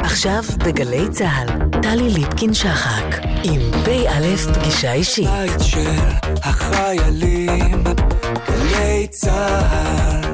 עכשיו בגלי צהל, טלי ליפקין שחק, עם פ"א פגישה אישית. בית של החיילים, גלי צהל.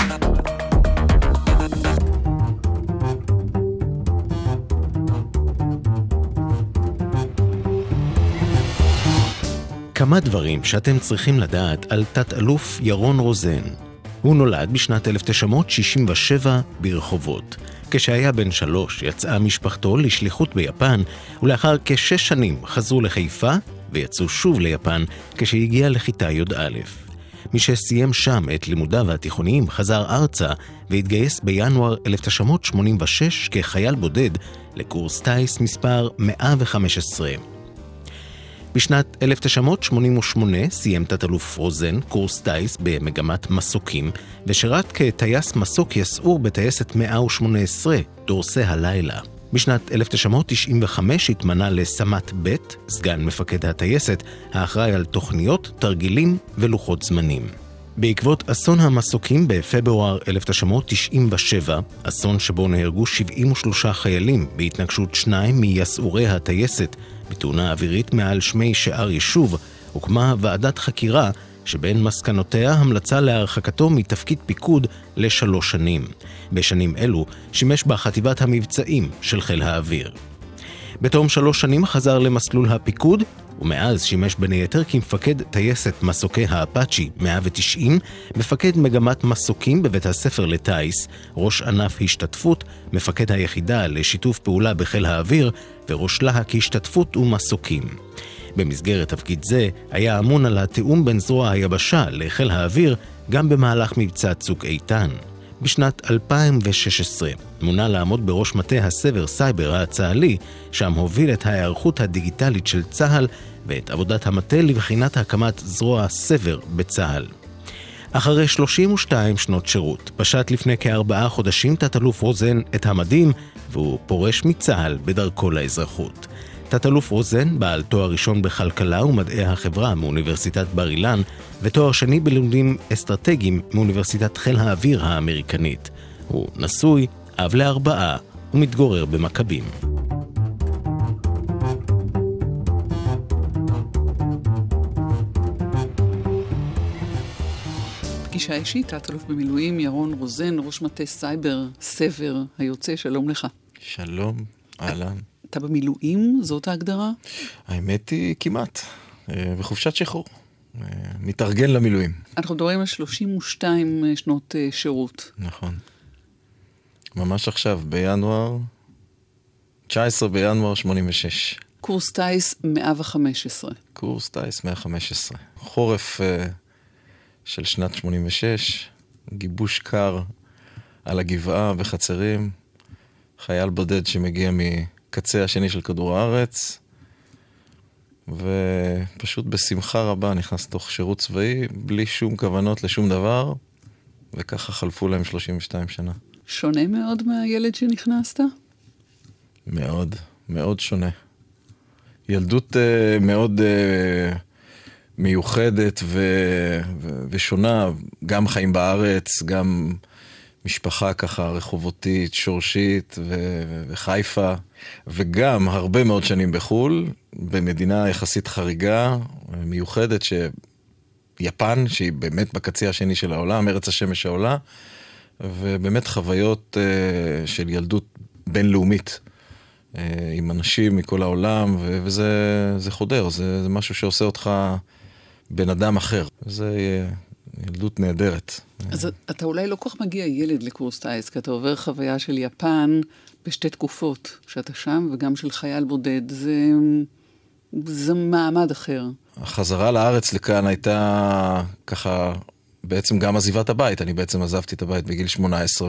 כמה דברים שאתם צריכים לדעת על תת-אלוף ירון רוזן. הוא נולד בשנת 1967 ברחובות. כשהיה בן 3 יצאה משפחתו לשליחות ביפן, ולאחר כ6 שנים חזרו לחיפה ויצאו שוב ליפן כשהגיע לכיתה י"א. מי שסיים שם את לימודיו התיכוניים חזר ארצה והתגייס בינואר 1986 כחייל בודד לקורס טייס מספר 115. בשנת 1988 סיים תת-אלוף רוזן קורס טייס במגמת מסוקים, ושירת כטייס מסוק יסעור בטייסת 118 דורסי הלילה. בשנת 1995 התמנה לסמת ב', סגן מפקד הטייסת, האחראי על תוכניות, תרגילים ולוחות זמנים. בעקבות אסון המסוקים בפברואר 1997, אסון שבו נהרגו 73 חיילים בהתנגשות 2 מיסעורי הטייסת, בתאונה אווירית מעל שמי שער יישוב, הוקמה ועדת חקירה שבין מסקנותיה המלצה להרחקתו מתפקיד פיקוד ל3 שנים. בשנים אלו שימש בחטיבת המבצעים של חיל האוויר. בתום 3 שנים חזר למסלול הפיקוד, ומאז שימש בין היתר כמפקד טייסת מסוקי האפאצ'י 190, מפקד מגמת מסוקים בבית הספר לטייס, ראש ענף השתתפות, מפקד היחידה לשיתוף פעולה בחיל האוויר, וראש להק השתתפות ומסוקים. במסגרת תפקיד זה היה אמון על התיאום בין זרוע היבשה לחיל האוויר גם במהלך מבצע צוק איתן. בשנת 2016 מונה לעמוד בראש מטה הסבר סייבר הצה"לי, שם הוביל את ההיערכות הדיגיטלית של צה"ל ואת עבודת המטה לבחינת הקמת זרוע סבר בצה"ל. אחרי 32 שנות שירות, פשט לפני כ4 חודשים תת-אלוף רוזן את המדים, והוא פורש מצה"ל בדרכו לאזרחות. תת-אלוף רוזן בעל תואר ראשון בכלכלה ומדעי החברה מאוניברסיטת בר אילן, ותואר שני בלימודים אסטרטגיים מאוניברסיטת חיל האוויר האמריקנית. הוא נשוי, אב ל4 ומתגורר במכבים. פגישה אישית, תת-אלוף במילואים ירון רוזן, ראש מטה סייבר סבר היוצא, שלום לך. שלום, אהלן. אתה במילואים? זאת ההגדרה? האמת היא כמעט, בחופשת שחרור. מתארגן למילואים. אנחנו מדברים על 32 שנות שירות. נכון. ממש עכשיו, בינואר, 19 בינואר 86. קורס טייס 115. קורס טייס 115. חורף של שנת 86, גיבוש קר על הגבעה בחצרים, חייל בודד שמגיע מקצה השני של כדור הארץ, ופשוט בשמחה רבה נכנס תוך שירות צבאי, בלי שום כוונות לשום דבר, וככה חלפו להם 32 שנה. שונה מאוד מהילד שנכנסת? מאוד, מאוד שונה. ילדות מאוד מיוחדת ושונה, גם חיים בארץ, גם משפחה ככה רחובותית, שורשית וחיפה, וגם הרבה מאוד שנים בחול, במדינה יחסית חריגה, מיוחדת, יפן, שהיא באמת בקצה השני של העולם, ארץ השמש העולה, ובאמת חוויות של ילדות בינלאומית, עם אנשים מכל העולם, וזה חודר, זה משהו שעושה אותך בן אדם אחר. זה ילדות נהדרת. אז אתה אולי לא כל כך מגיע ילד לקורס טייס, כי אתה עובר חוויה של יפן בשתי תקופות, שאתה שם וגם של חייל בודד, זה מעמד אחר. החזרה לארץ לכאן הייתה ככה, בעצם גם עזיבת הבית. אני בעצם עזבתי את הבית בגיל 18,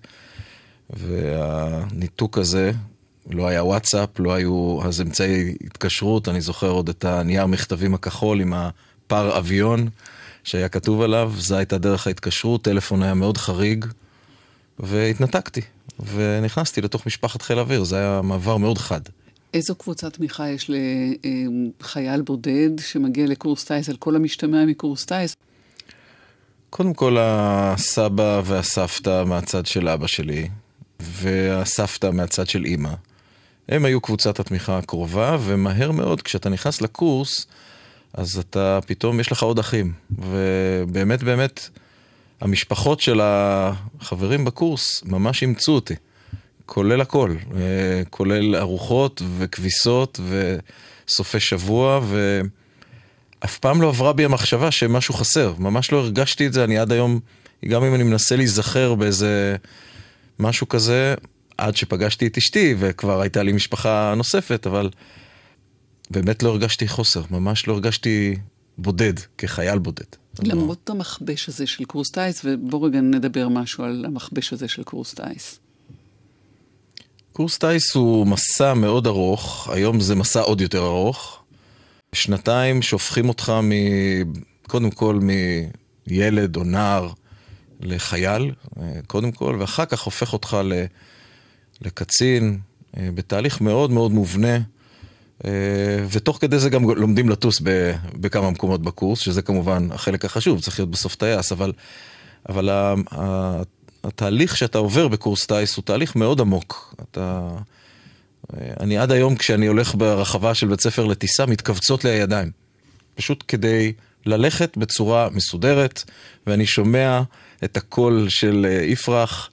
והניתוק הזה, לא היה וואטסאפ, לא היו אז אמצעי התקשרות. אני זוכר עוד את הנייר מכתבים הכחול עם הפר אביון שהיה כתוב עליו, זה הייתה דרך ההתקשרות, טלפון היה מאוד חריג, והתנתקתי, ונכנסתי לתוך משפחת חיל אוויר. זה היה מעבר מאוד חד. איזו קבוצת תמיכה יש לחייל בודד שמגיע לקורס טייס, על כל המשתמע מקורס טייס? קודם כל הסבא והסבתא מהצד של אבא שלי, והסבתא מהצד של אמא. הם היו קבוצת התמיכה הקרובה, ומהר מאוד כשאתה נכנס לקורס, אז אתה פתאום יש לך עוד אחים. ובאמת באמת, המשפחות של החברים בקורס ממש אימצו אותי. כולל הכל, כולל ארוחות וכביסות וסופי שבוע, ואף פעם לא עברה בי המחשבה שמשהו חסר. ממש לא הרגשתי את זה, אני עד היום, גם אם אני מנסה להיזכר באיזה משהו כזה, עד שפגשתי את אשתי, וכבר הייתה לי משפחה נוספת, אבל באמת לא הרגשתי חוסר, ממש לא הרגשתי בודד, כחייל בודד. למרות המחבש הזה של קורס טייס, ובואו רגע נדבר משהו על המחבש הזה של קורס טייס. קורס טייס הוא מסע מאוד ארוך, היום זה מסע עוד יותר ארוך. שנתיים שהופכים אותך קודם כל מילד או נער לחייל, קודם כל, ואחר כך הופך אותך לקצין, בתהליך מאוד מאוד מובנה, ותוך כדי זה גם לומדים לטוס בכמה מקומות בקורס, שזה כמובן החלק החשוב, צריך להיות בסוף טייס, אבל התהליך שאתה עובר בקורס טייס הוא תהליך מאוד עמוק. אני עד היום כשאני הולך ברחבה של בית ספר לטיסה, מתכווצות לי הידיים. פשוט כדי ללכת בצורה מסודרת, ואני שומע את הקול של יפרח,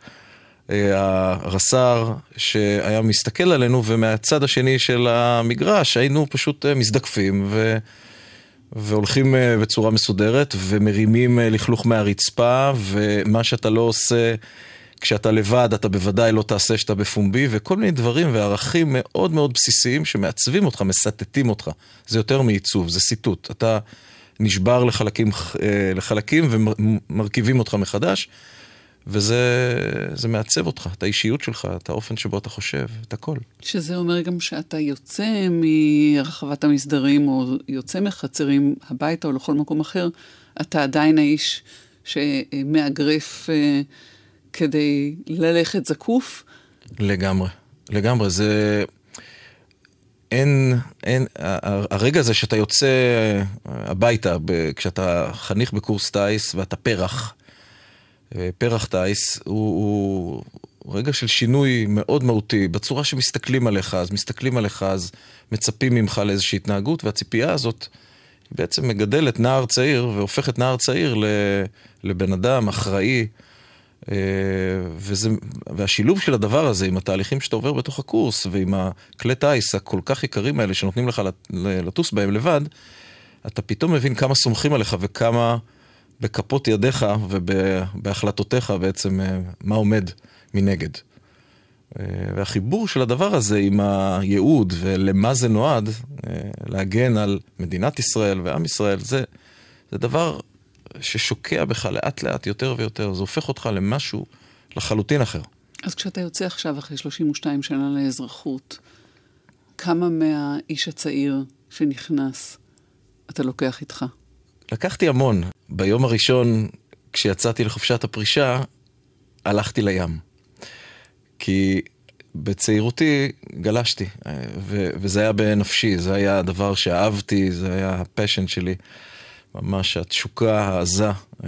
הרס"ר שהיה מסתכל עלינו, ומהצד השני של המגרש היינו פשוט מזדקפים והולכים בצורה מסודרת, ומרימים לכלוך מהרצפה, ומה שאתה לא עושה כשאתה לבד, אתה בוודאי לא תעשה שאתה בפומבי, וכל מיני דברים וערכים מאוד מאוד בסיסיים שמעצבים אותך, מסתתים אותך. זה יותר מעיצוב, זה סיטוט. אתה נשבר לחלקים ומרכיבים אותך מחדש, וזה מעצב אותך, את האישיות שלך, את האופן שבו אתה חושב, את הכל. שזה אומר גם שאתה יוצא מרחבת המסדרים, או יוצא מחצרים הביתה או לכל מקום אחר, אתה עדיין האיש שמאגרף כדי ללכת זקוף? לגמרי, לגמרי. זה... הרגע הזה שאתה יוצא הביתה, כשאתה חניך בקורס טייס ואתה פרח טייס, הוא רגע של שינוי מאוד מהותי, בצורה שמסתכלים עליך, אז מצפים ממך לאיזושהי התנהגות, והציפייה הזאת בעצם מגדלת נער צעיר, והופכת נער צעיר לבן אדם אחראי, והשילוב של הדבר הזה עם התהליכים שאתה עובר בתוך הקורס, ועם הכלי טייס הכל כך יקרים האלה שנותנים לך לטוס בהם לבד, אתה פתאום מבין כמה סומכים עליך וכמה בכפות ידיך ובהחלטותיך בעצם מה עומד מנגד. והחיבור של הדבר הזה עם הייעוד ולמה זה נועד, להגן על מדינת ישראל ועם ישראל, זה דבר ששוקע בך לאט לאט יותר ויותר, זה הופך אותך למשהו לחלוטין אחר. אז כשאתה יוצא עכשיו אחרי 32 שנה לאזרחות, כמה מהאיש הצעיר שנכנס אתה לוקח איתך? לקחתי המון. ביום הראשון, כשיצאתי לחופשת הפרישה, הלכתי לים. כי בצעירותי גלשתי, וזה היה בנפשי, זה היה הדבר שאהבתי, זה היה הפשן שלי, ממש התשוקה, העזה,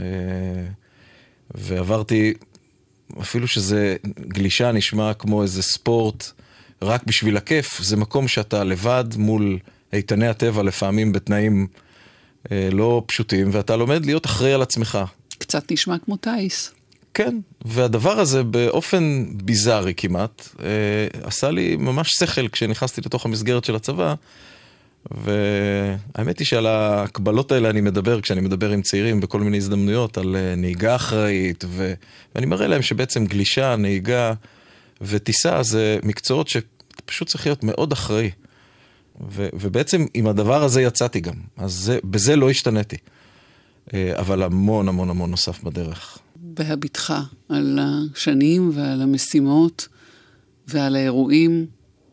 ועברתי, אפילו שזה גלישה נשמע כמו איזה ספורט, רק בשביל הכיף, זה מקום שאתה לבד מול איתני הטבע, לפעמים בתנאים לא פשוטים, ואתה לומד להיות אחראי על עצמך. קצת נשמע כמו טייס. כן, והדבר הזה באופן ביזארי כמעט, עשה לי ממש שכל כשנכנסתי לתוך המסגרת של הצבא, והאמת היא שעל הקבלות האלה אני מדבר, כשאני מדבר עם צעירים בכל מיני הזדמנויות, על נהיגה אחראית, ואני מראה להם שבעצם גלישה, נהיגה וטיסה זה מקצועות שפשוט צריך להיות מאוד אחראי. ובעצם עם הדבר הזה יצאתי גם, אז בזה לא השתניתי. אבל המון המון המון נוסף בדרך. בהביטך על השנים ועל המשימות ועל האירועים,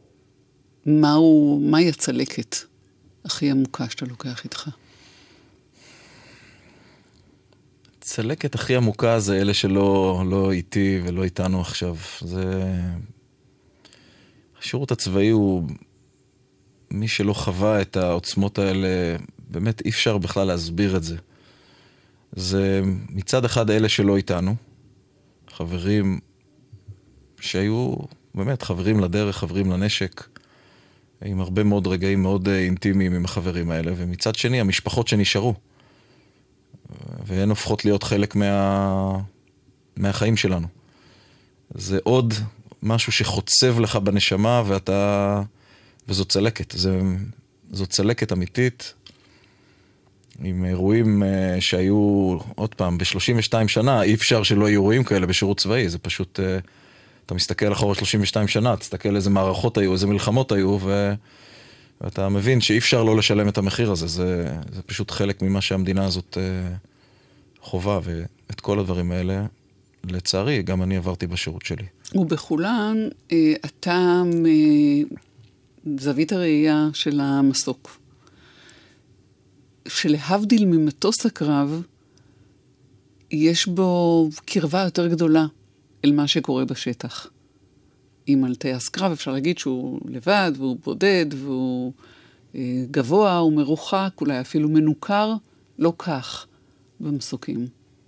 מהי הצלקת הכי עמוקה שאתה לוקח איתך? הצלקת הכי עמוקה זה אלה שלא איתי ולא איתנו עכשיו. השירות הצבאי הוא מי שלא חווה את העוצמות האלה, באמת אי אפשר בכלל להסביר את זה. זה מצד אחד אלה שלא איתנו, חברים שהיו באמת חברים לדרך, חברים לנשק, עם הרבה מאוד רגעים מאוד אינטימיים עם החברים האלה, ומצד שני, המשפחות שנשארו, והן הופכות להיות חלק מהחיים שלנו. זה עוד משהו שחוצב לך בנשמה, וזו צלקת. זו צלקת אמיתית, עם אירועים שהיו, עוד פעם, ב-32 שנה, אי אפשר שלא יהיו אירועים כאלה בשירות צבאי, זה פשוט, אתה מסתכל אחורה 32 שנה, תסתכל איזה מערכות היו, איזה מלחמות היו, ואתה מבין שאי אפשר לא לשלם את המחיר הזה, זה פשוט חלק ממה שהמדינה הזאת חובה, ואת כל הדברים האלה, לצערי, גם אני עברתי בשירות שלי. ובכולן, אתה זווית הראייה של המסוק. שלהבדיל ממטוס הקרב, יש בו קרבה יותר גדולה אל מה שקורה בשטח. אם על טייס קרב אפשר להגיד שהוא לבד, והוא בודד, והוא גבוה, הוא מרוחק, אולי אפילו מנוכר, לא כך במסוקים.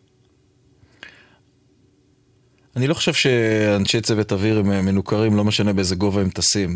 אני לא חושב שאנשי צוות אוויר הם מנוכרים, לא משנה באיזה גובה הם טסים.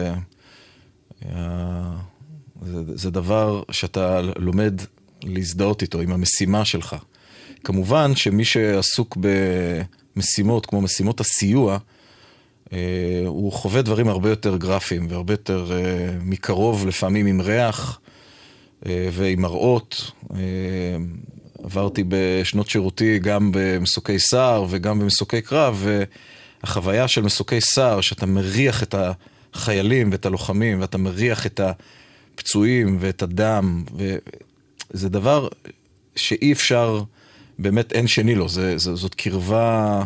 זה דבר שאתה לומד להזדהות איתו, עם המשימה שלך. כמובן שמי שעסוק במשימות, כמו משימות הסיוע, הוא חווה דברים הרבה יותר גרפיים, והרבה יותר מקרוב, לפעמים עם ריח ועם מראות. עברתי בשנות שירותי גם במסוקי סער וגם במסוקי קרב, והחוויה של מסוקי סער, שאתה מריח את החיילים ואת הלוחמים, ואתה מריח את הפצועים ואת הדם, וזה דבר שאי אפשר, באמת אין שני לו, זאת קרבה,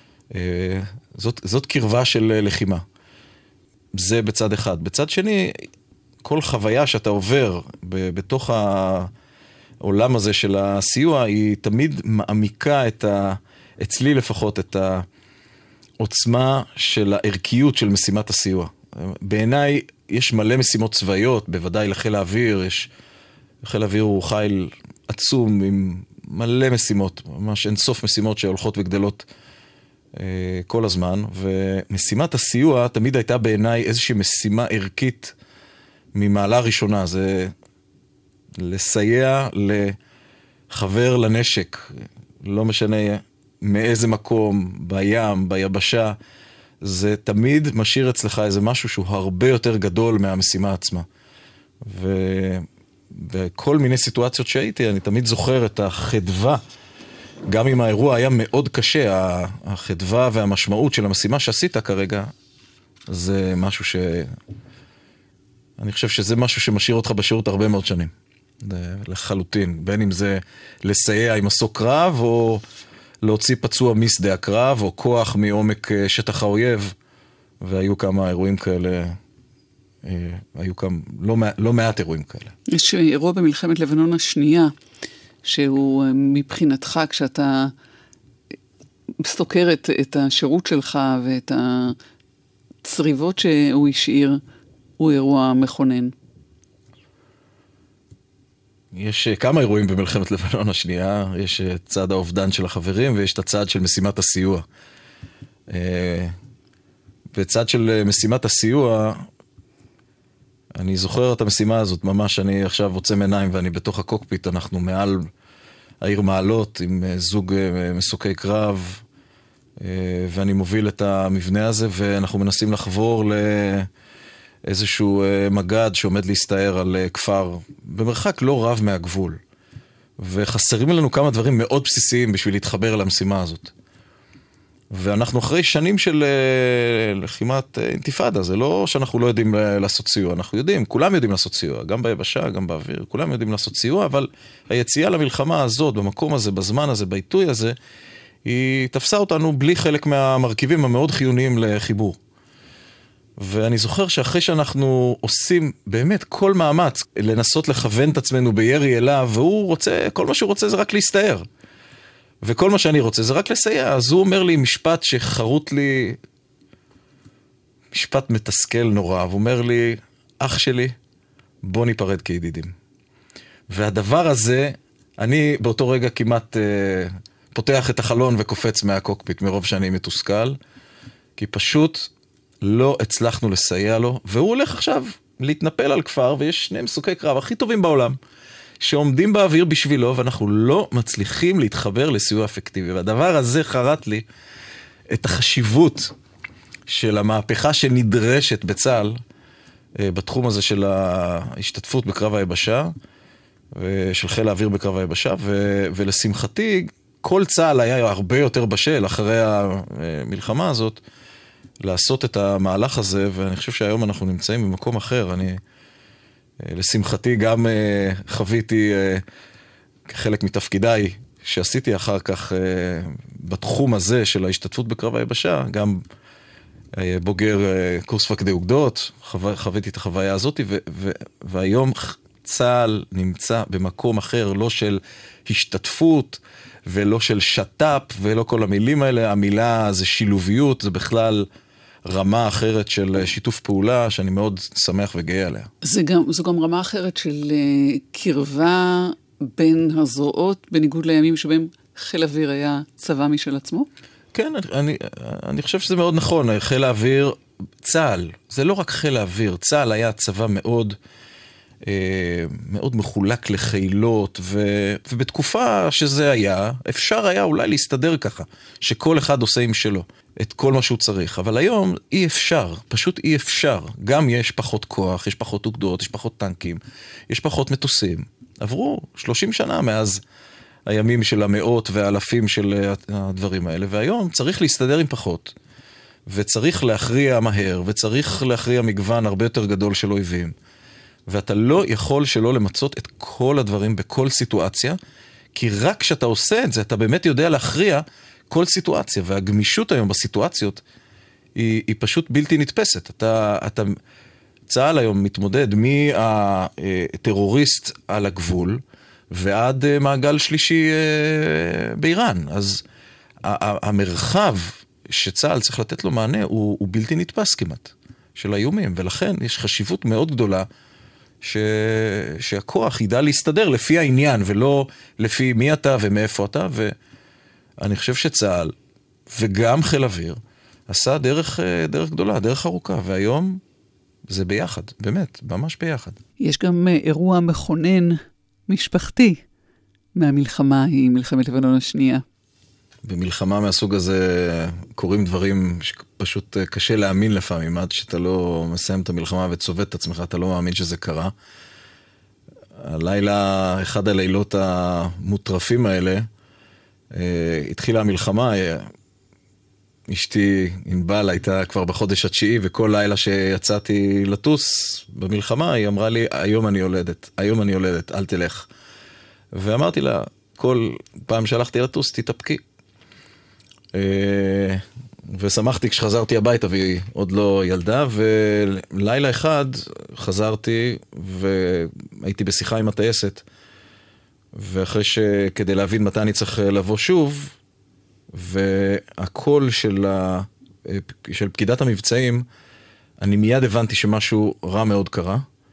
זאת קרבה של לחימה. זה בצד אחד. בצד שני, כל חוויה שאתה עובר בתוך העולם הזה של הסיוע, היא תמיד מעמיקה אצלי לפחות, את העוצמה של הערכיות של משימת הסיוע. בעיניי יש מלא משימות צבאיות, בוודאי לחיל האוויר, חיל האוויר הוא חיל עצום עם מלא משימות, ממש אין סוף משימות שהולכות וגדלות כל הזמן, ומשימת הסיוע תמיד הייתה בעיניי איזושהי משימה ערכית ממעלה ראשונה, זה לסייע לחבר לנשק, לא משנה מאיזה מקום, בים, ביבשה, זה תמיד משאיר אצלך איזה משהו שהוא הרבה יותר גדול מהמשימה עצמה. ובכל מיני סיטואציות שהייתי, אני תמיד זוכר את החדווה, גם אם האירוע היה מאוד קשה, החדווה והמשמעות של המשימה שעשית כרגע, זה משהו אני חושב שזה משהו שמשאיר אותך בשירות הרבה מאוד שנים. לחלוטין. בין אם זה לסייע עם מסוק קרב, או להוציא פצוע משדה הקרב, או כוח מעומק שטח האויב. והיו כמה אירועים כאלה, היו כמה, לא מעט אירועים כאלה. יש אירוע במלחמת לבנון השנייה, שהוא מבחינתך, כשאתה סוקר את השירות שלך ואת הצריבות שהוא השאיר, הוא אירוע מכונן. יש כמה אירועים במלחמת לבנון השנייה, יש צד האובדן של החברים ויש את הצד של משימת הסיוע. בצד של משימת הסיוע, אני זוכר את המשימה הזאת, ממש אני עכשיו עוצם עיניים ואני בתוך הקוקפיט, אנחנו מעל העיר מעלות עם זוג מסוקי קרב, ואני מוביל את המבנה הזה ואנחנו מנסים לחבור לאיזשהו מגד שעומד להסתער על כפר במרחק לא רב מהגבול, וחסרים לנו כמה דברים מאוד בסיסיים בשביל להתחבר למשימה הזאת. ואנחנו אחרי שנים של לחימת אינתיפאדה, זה לא שאנחנו לא יודעים לעשות סיוע, אנחנו יודעים, כולם יודעים לעשות סיוע, גם ביבשה, גם באוויר, כולם יודעים לעשות סיוע, אבל היציאה למלחמה הזאת, במקום הזה, בזמן הזה, בעיתוי הזה, היא תפסה אותנו בלי חלק מהמרכיבים המאוד חיוניים לחיבור. ואני זוכר שאחרי שאנחנו עושים באמת כל מאמץ לנסות לכוון את עצמנו בירי אליו, והוא רוצה, כל מה שהוא רוצה זה רק להסתער. וכל מה שאני רוצה זה רק לסייע. אז הוא אומר לי משפט שחרוט לי, משפט מתסכל נורא, הוא אומר לי, אח שלי, בוא ניפרד כידידים. והדבר הזה, אני באותו רגע כמעט פותח את החלון וקופץ מהקוקפיט, מרוב שאני מתוסכל, כי פשוט לא הצלחנו לסייע לו, והוא הולך עכשיו להתנפל על כפר, ויש שני מסוקי קרב הכי טובים בעולם, שעומדים באוויר בשבילו, ואנחנו לא מצליחים להתחבר לסיוע אפקטיבי. והדבר הזה חרט לי את החשיבות של המהפכה שנדרשת בצה"ל, בתחום הזה של ההשתתפות בקרב היבשה, של חיל האוויר בקרב היבשה, ולשמחתי, כל צה"ל היה הרבה יותר בשל אחרי המלחמה הזאת, לעשות את המהלך הזה, ואני חושב שהיום אנחנו נמצאים במקום אחר. אני, לשמחתי, גם חוויתי כחלק מתפקידיי, שעשיתי אחר כך בתחום הזה של ההשתתפות בקרב היבשה, גם בוגר קורס מפקדי אוגדות, חוויתי את החוויה הזאת, והיום צה"ל נמצא במקום אחר, לא של השתתפות, ולא של שטאפ, ולא כל המילים האלה. המילה זה שילוביות, זה בכלל רמה אחרת של שיתוף פעולה, שאני מאוד שמח וגאה עליה. זו גם רמה אחרת של קרבה בין הזרועות, בניגוד לימים שבהם חיל אוויר היה צבא משל עצמו? כן, אני חושב שזה מאוד נכון. חיל האוויר, צה"ל, זה לא רק חיל האוויר, צה"ל היה צבא מאוד מאוד מחולק לחילות, ובתקופה שזה היה, אפשר היה אולי להסתדר ככה, שכל אחד עושה עם שלו את כל מה שהוא צריך, אבל היום אי אפשר, פשוט אי אפשר. גם יש פחות כוח, יש פחות אוגדות, יש פחות טנקים, יש פחות מטוסים. עברו 30 שנה מאז הימים של המאות והאלפים של הדברים האלה, והיום צריך להסתדר עם פחות, וצריך להכריע מהר, וצריך להכריע מגוון הרבה יותר גדול של אויבים. ואתה לא יכול שלא למצות את כל הדברים בכל סיטואציה, כי רק כשאתה עושה את זה, אתה באמת יודע להכריע כל סיטואציה, והגמישות היום בסיטואציות היא פשוט בלתי נתפסת. צה"ל היום מתמודד מהטרוריסט על הגבול, ועד מעגל שלישי באיראן. אז המרחב שצה"ל צריך לתת לו מענה, הוא בלתי נתפס כמעט, של האיומים, ולכן יש חשיבות מאוד גדולה, שהכוח ידע להסתדר לפי העניין, ולא לפי מי אתה ומאיפה אתה, ואני חושב שצה"ל, וגם חיל אוויר, עשה דרך גדולה, דרך ארוכה, והיום זה ביחד, באמת, ממש ביחד. יש גם אירוע מכונן משפחתי מהמלחמה היא מלחמת לבנון השנייה. במלחמה מהסוג הזה קורים דברים שפשוט קשה להאמין לפעמים, עד שאתה לא מסיים את המלחמה וצובט את עצמך, אתה לא מאמין שזה קרה. הלילה, אחד הלילות המוטרפים האלה, התחילה המלחמה, אשתי ענבל הייתה כבר בחודש התשיעי, וכל לילה שיצאתי לטוס במלחמה, היא אמרה לי, היום אני יולדת, אל תלך. ואמרתי לה, כל פעם שהלכתי לטוס, תתאפקי. ושמחתי כשחזרתי הביתה והיא עוד לא ילדה, ולילה אחד חזרתי והייתי בשיחה עם הטייסת, ואחרי שכדי להבין מתי אני צריך לבוא שוב, והקול של פקידת המבצעים, אני מיד הבנתי שמשהו רע מאוד קרה,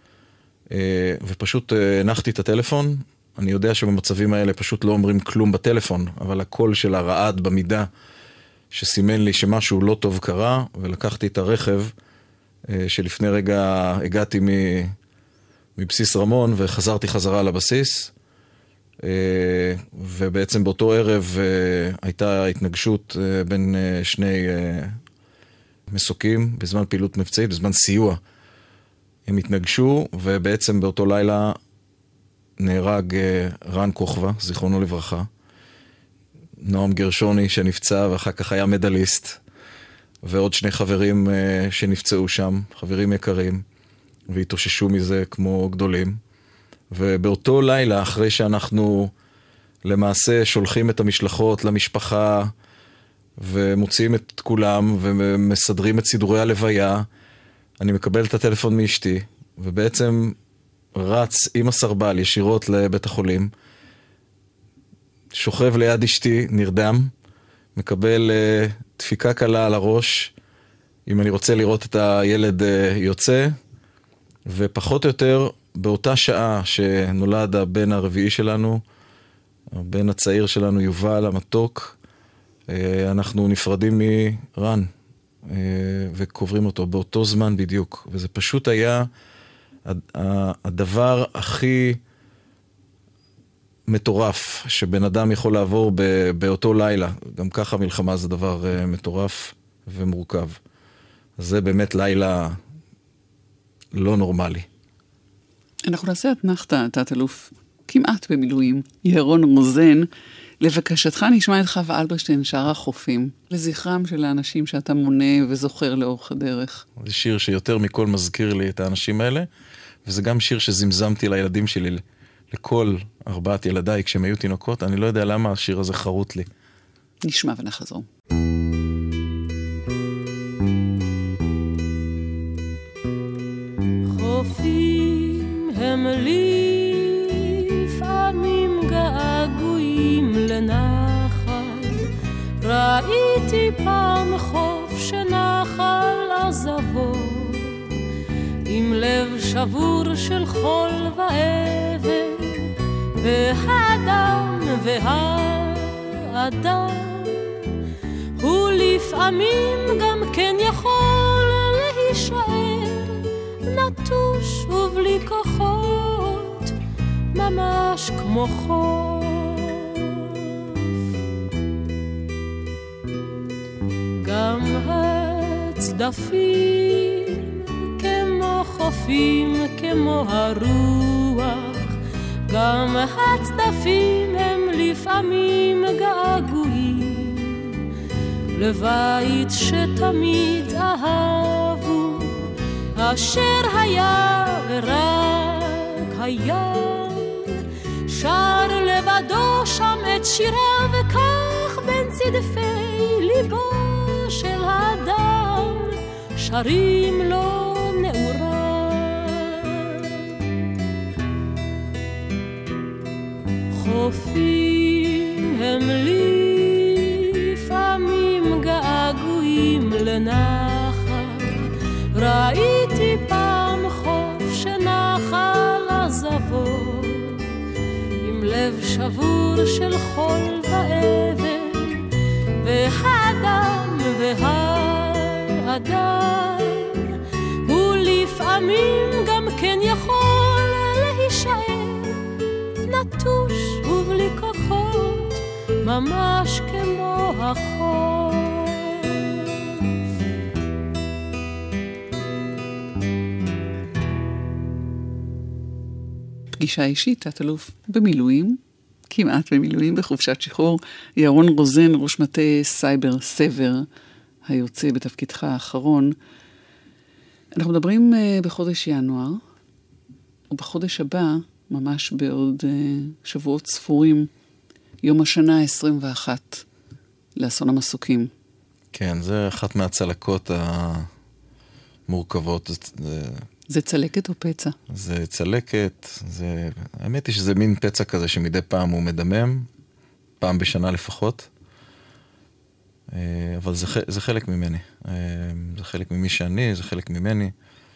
ופשוט הנחתי את הטלפון. אני יודע שבמצבים האלה פשוט לא אומרים כלום בטלפון, אבל הקול של הרעד במידה שסימן לי שמשהו לא טוב קרה, ולקחתי את הרכב שלפני רגע הגעתי מבסיס רמון וחזרתי חזרה לבסיס, ובעצם באותו ערב הייתה התנגשות בין שני מסוקים בזמן פעילות מבצעית, בזמן סיוע. הם התנגשו, ובעצם באותו לילה נהרג רן כוכבא, זיכרונו לברכה, נועם גרשוני שנפצע ואחר כך היה מדליסט, ועוד שני חברים שנפצעו שם, חברים יקרים, והתאוששו מזה כמו גדולים. ובאותו לילה, אחרי שאנחנו למעשה שולחים את המשלחות למשפחה, ומוציאים את כולם, ומסדרים את סידורי הלוויה, אני מקבל את הטלפון מאשתי, ובעצם רץ עם הסרבל ישירות לבית החולים, שוכב ליד אשתי, נרדם, מקבל דפיקה קלה על הראש, אם אני רוצה לראות את הילד יוצא, ופחות או יותר באותה שעה שנולד הבן הרביעי שלנו, הבן הצעיר שלנו יובל המתוק, אנחנו נפרדים מרן. וקוברים אותו באותו זמן בדיוק. וזה פשוט היה הדבר הכי מטורף שבן אדם יכול לעבור באותו לילה. גם ככה מלחמה זה דבר מטורף ומורכב. זה באמת לילה לא נורמלי. אנחנו נעשה אתנחתא, תת-אלוף כמעט במילואים, ירון רוזן. לבקשתך נשמע את חווה אלברשטיין, שער החופים, לזכרם של האנשים שאתה מונה וזוכר לאורך הדרך. זה שיר שיותר מכל מזכיר לי את האנשים האלה, וזה גם שיר שזמזמתי לילדים שלי, לכל 4 ילדיי כשהם היו תינוקות. אני לא יודע למה השיר הזה חרוט לי. נשמע ונחזור. חופים הם לפעמים געגועים לנחל, ראיתי פעם חוף שנחל עזבו, עם לב שבור של חול ואבן, והאדם והאדם הוא לפעמים גם כן יכול להישאר נטוש ובלי כוחות, ממש כמו חוף. גם הצדפים כמו חופים, כמו הרוח, גם הצדפים הם לפעמים געגועים לבית שתמיד אהבו, אשר היה ורק הים שר לבדו שם את שירה, וכך בין צדפי ליבו של האדם שרים לו נעורה. חופים הם לפעמים געגועים לנחל, ראיתי פעם חוף שנחל עזבו, עם לב שבור של חול ואבן, והאדם והאדם הוא לפעמים גם כן יכול להישאר נטוש ובלי כוחות, ממש כמו החוף. פגישה אישית, תת-אלוף במילואים, כמעט במילואים, בחופשת שחרור, ירון רוזן, ראש מטה סייבר סבר, היוצא בתפקידך האחרון. אנחנו מדברים בחודש ינואר, ובחודש הבא, ממש בעוד שבועות ספורים, יום השנה 21 לאסון המסוקים. כן, זה אחת מהצלקות המורכבות. זה צלקת או פצע? זה צלקת, האמת היא שזה מין פצע כזה שמדי פעם הוא מדמם, פעם בשנה לפחות, אבל זה חלק ממני, זה חלק ממי שאני, זה חלק ממני.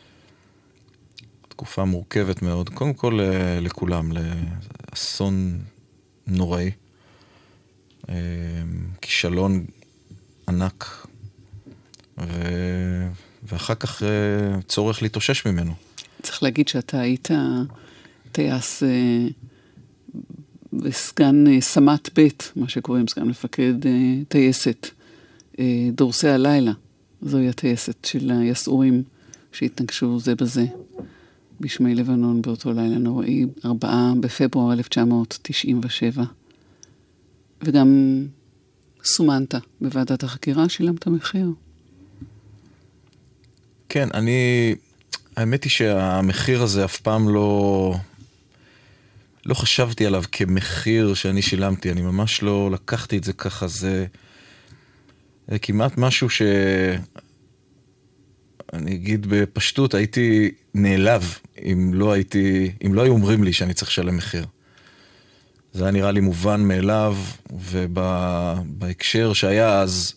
תקופה מורכבת מאוד, קודם כל לכולם, לאסון נוראי, כישלון ענק, ואחר כך צורך להתאושש ממנו. צריך להגיד שאתה היית טייס וסגן סמת בית, מה שקוראים סגן מפקד טייסת, דורסי הלילה. זוהי הטייסת של היסעורים שהתנגשו זה בזה בשמי לבנון באותו לילה נוראי, 4 בפברואר 1997. וגם סומנת בוועדת החקירה, שילמת מחיר. כן, האמת היא שהמחיר הזה אף פעם לא חשבתי עליו כמחיר שאני שילמתי, אני ממש לא לקחתי את זה ככה, זה כמעט משהו אני אגיד בפשטות, הייתי נעלב אם לא היו אומרים לי שאני צריך לשלם מחיר. זה היה נראה לי מובן מאליו, ובהקשר שהיה אז,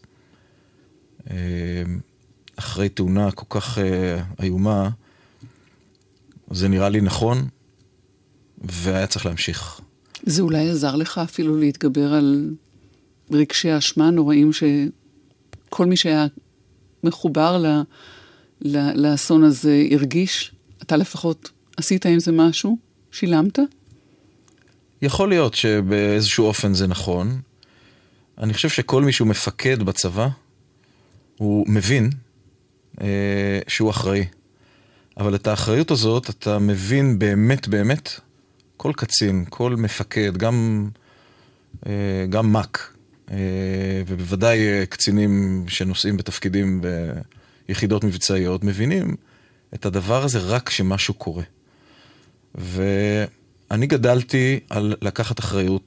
אחרי תאונה כל כך איומה, זה נראה לי נכון, והיה צריך להמשיך. זה אולי עזר לך אפילו להתגבר על רגשי האשמה נוראים שכל מי שהיה מחובר לאסון הזה הרגיש? אתה לפחות עשית עם זה משהו? שילמת? יכול להיות שבאיזשהו אופן זה נכון. אני חושב שכל מי שהוא מפקד בצבא, הוא מבין שהוא אחראי. אבל את האחריות הזאת אתה מבין באמת באמת, כל קצין, כל מפקד, גם מק, ובוודאי קצינים שנושאים בתפקידים ביחידות מבצעיות, מבינים את הדבר הזה רק כשמשהו קורה. ואני גדלתי על לקחת אחריות,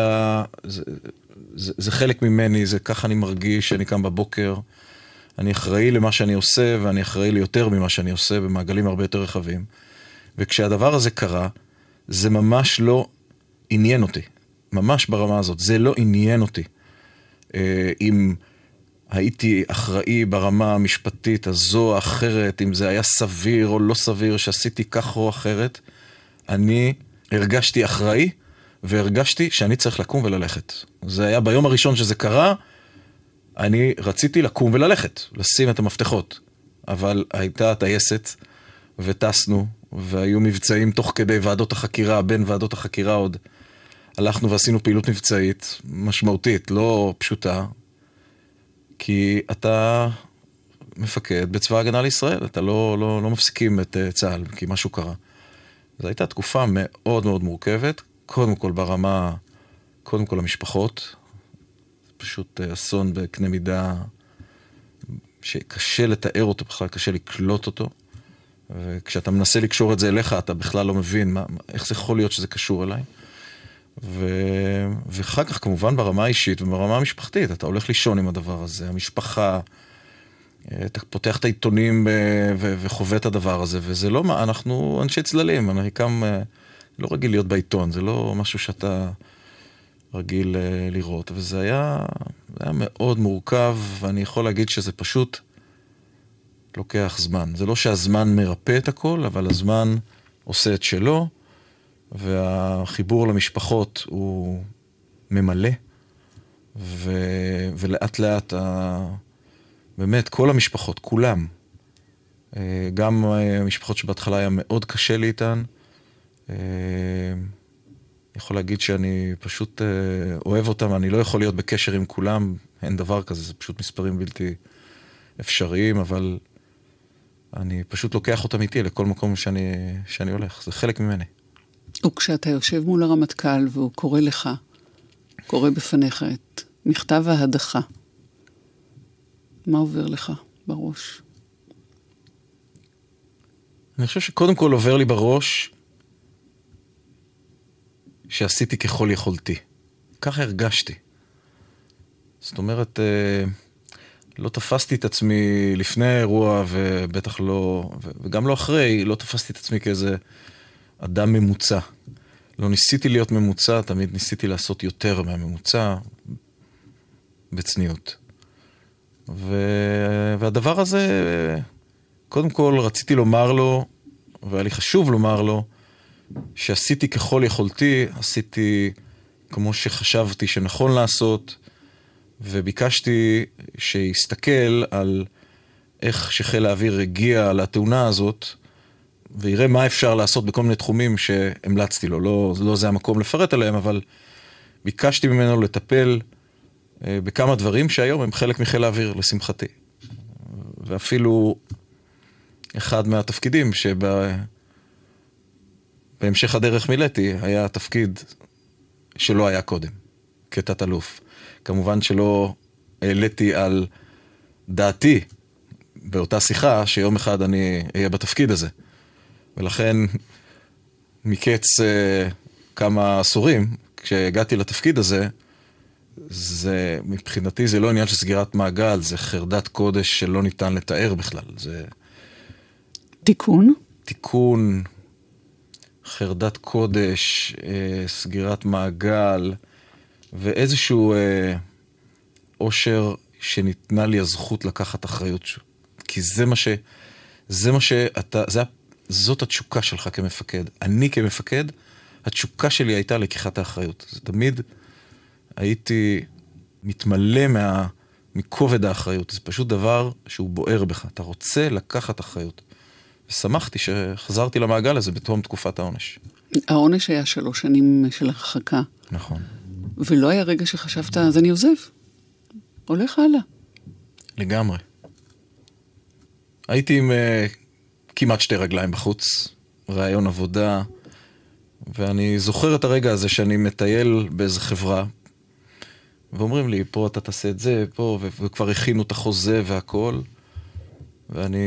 זה חלק ממני, זה ככה אני מרגיש, שאני קם בבוקר, אני אחראי למה שאני עושה, ואני אחראי ליותר ממה שאני עושה, במעגלים הרבה יותר רחבים. וכשהדבר הזה קרה, זה ממש לא עניין אותי. ממש ברמה הזאת. זה לא עניין אותי. אם הייתי אחראי ברמה המשפטית הזו או אחרת, אם זה היה סביר או לא סביר, שעשיתי כך או אחרת, אני הרגשתי אחראי, והרגשתי שאני צריך לקום וללכת. זה היה ביום הראשון שזה קרה, אני רציתי לקום וללכת, לשים את המפתחות. אבל הייתה טייסת, וטסנו, והיו מבצעים תוך כדי ועדות החקירה, בין ועדות החקירה עוד. הלכנו ועשינו פעילות מבצעית משמעותית, לא פשוטה, כי אתה מפקד בצבא ההגנה לישראל, אתה לא מפסיקים את צה"ל, כי משהו קרה. זו הייתה תקופה מאוד מאוד מורכבת, קודם כל ברמה, קודם כל המשפחות, פשוט אסון בקנה מידה שקשה לתאר אותו בכלל, קשה לקלוט אותו, וכשאתה מנסה לקשור את זה אליך, אתה בכלל לא מבין איך זה יכול להיות שזה קשור אליי. ואחר כך כמובן ברמה האישית וברמה המשפחתית, אתה הולך לישון עם הדבר הזה, המשפחה, אתה פותח את העיתונים וחווה את הדבר הזה, וזה לא, אנחנו אנשי צללים, אני קם, לא רגיל להיות בעיתון, זה לא משהו שאתה רגיל לראות, וזה היה מאוד מורכב, ואני יכול להגיד שזה פשוט לוקח זמן. זה לא שהזמן מרפא את הכל, אבל הזמן עושה את שלו, והחיבור למשפחות הוא ממלא, ולאט לאט, באמת כל המשפחות, כולם, גם המשפחות שבהתחלה היה מאוד קשה לי איתן, יכול להגיד שאני פשוט אוהב אותם, אני לא יכול להיות בקשר עם כולם, אין דבר כזה, זה פשוט מספרים בלתי אפשריים, אבל אני פשוט לוקח אותם איתי לכל מקום שאני הולך, זה חלק ממני. וכשאתה יושב מול הרמטכ"ל והוא קורא לך, קורא בפניך את מכתב ההדחה, מה עובר לך בראש? אני חושב שקודם כל עובר לי בראש שעשיתי ככל יכולתי. ככה הרגשתי. זאת אומרת, לא תפסתי את עצמי לפני האירוע, ובטח לא, וגם לא אחרי, לא תפסתי את עצמי כאיזה אדם ממוצע. לא ניסיתי להיות ממוצע, תמיד ניסיתי לעשות יותר מהממוצע, בצניעות. והדבר הזה, קודם כל רציתי לומר לו, והיה לי חשוב לומר לו, שעשיתי ככל יכולתי, עשיתי כמו שחשבתי שנכון לעשות, וביקשתי שיסתכל על איך שחיל האוויר הגיע לתאונה הזאת, ויראה מה אפשר לעשות בכל מיני תחומים שהמלצתי לו. לא זה המקום לפרט עליהם, אבל ביקשתי ממנו לטפל בכמה דברים שהיום הם חלק מחיל האוויר, לשמחתי. ואפילו אחד מהתפקידים בהמשך הדרך מילאתי, היה תפקיד שלא היה קודם, כתת אלוף. כמובן שלא העליתי על דעתי באותה שיחה, שיום אחד אני אהיה בתפקיד הזה. ולכן מקץ כמה עשורים, כשהגעתי לתפקיד הזה, מבחינתי זה לא עניין של סגירת מעגל, זה חרדת קודש שלא ניתן לתאר בכלל. זה תיקון? תיקון, חרדת קודש, סגירת מעגל, ואיזשהו אושר שניתנה לי הזכות לקחת אחריות. כי זאת התשוקה שלך כמפקד. אני כמפקד, התשוקה שלי הייתה לקיחת האחריות. זה תמיד הייתי מתמלא מכובד האחריות. זה פשוט דבר שהוא בוער בך. אתה רוצה לקחת אחריות. ושמחתי שחזרתי למעגל הזה בתום תקופת העונש. העונש היה 3 שנים של הרחקה. נכון. ולא היה רגע שחשבת, אז אני עוזב. הולך הלאה. לגמרי. הייתי עם כמעט 2 רגליים בחוץ, רעיון עבודה, ואני זוכר את הרגע הזה שאני מטייל באיזו חברה, ואומרים לי, פה אתה תעשה את זה, פה, וכבר הכינו את החוזה והכל, ואני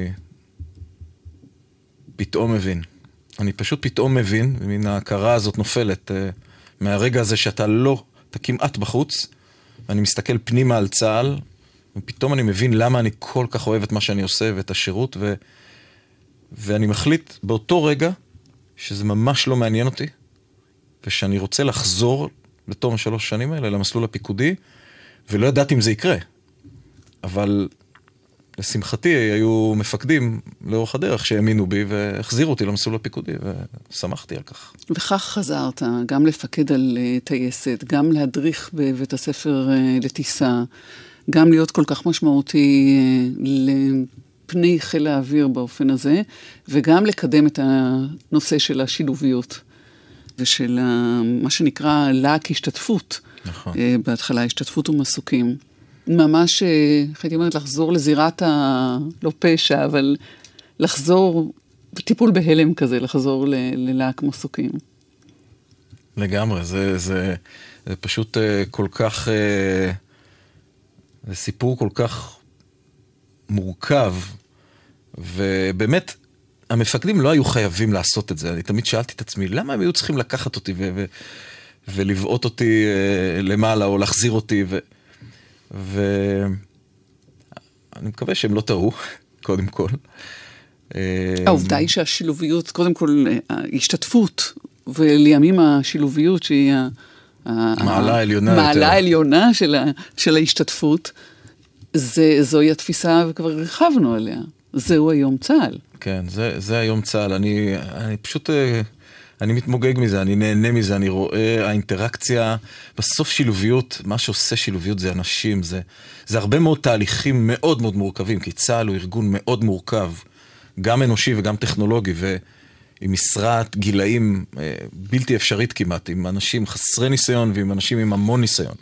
פתאום מבין. אני פשוט פתאום מבין, מן ההכרה הזאת נופלת, מהרגע הזה שאתה לא, אתה כמעט בחוץ, ואני מסתכל פנימה על צה"ל, ופתאום אני מבין למה אני כל כך אוהב את מה שאני עושה ואת השירות, ואני מחליט באותו רגע שזה ממש לא מעניין אותי, ושאני רוצה לחזור לתום 3 שנים האלה למסלול הפיקודי, ולא ידעתי אם זה יקרה. אבל לשמחתי היו מפקדים לאורך הדרך שהאמינו בי והחזירו אותי למסלול הפיקודי, ושמחתי על כך. וכך חזרת גם לפקד על טייסת, גם להדריך בבית הספר לטיסה, גם להיות כל כך משמעותי לפני חיל האוויר באופן הזה, וגם לקדם את הנושא של השילוביות, ושל מה שנקרא לק השתתפות. נכון. בהתחלה השתתפות ומסוקים. ממש, הייתי אומרת, לחזור לזירת לא פשע, אבל לחזור, טיפול בהלם כזה, לחזור ללק מסוקים. לגמרי, זה פשוט כל כך, זה סיפור כל כך מורכב, ובאמת, המפקדים לא היו חייבים לעשות את זה. אני תמיד שאלתי את עצמי, למה הם היו צריכים לקחת אותי ולבעוט אותי למעלה, או להחזיר אותי, ואני מקווה שהם לא טעו, קודם כל. העובדה היא שהשילוביות, קודם כל, ההשתתפות, ולימים השילוביות שהיא מעלה העליונה. מעלה העליונה של ההשתתפות, זוהי התפיסה וכבר רחבנו עליה. זהו היום צה"ל. כן, זה היום צה"ל. אני פשוט, אני מתמוגג מזה, אני נהנה מזה, אני רואה האינטראקציה, בסוף שילוביות, מה שעושה שילוביות זה אנשים, זה הרבה מאוד תהליכים מאוד מאוד מורכבים, כי צה"ל הוא ארגון מאוד מורכב, גם אנושי וגם טכנולוגי, ועם משרת גילאים בלתי אפשרית כמעט, עם אנשים חסרי ניסיון ועם אנשים עם המון ניסיון,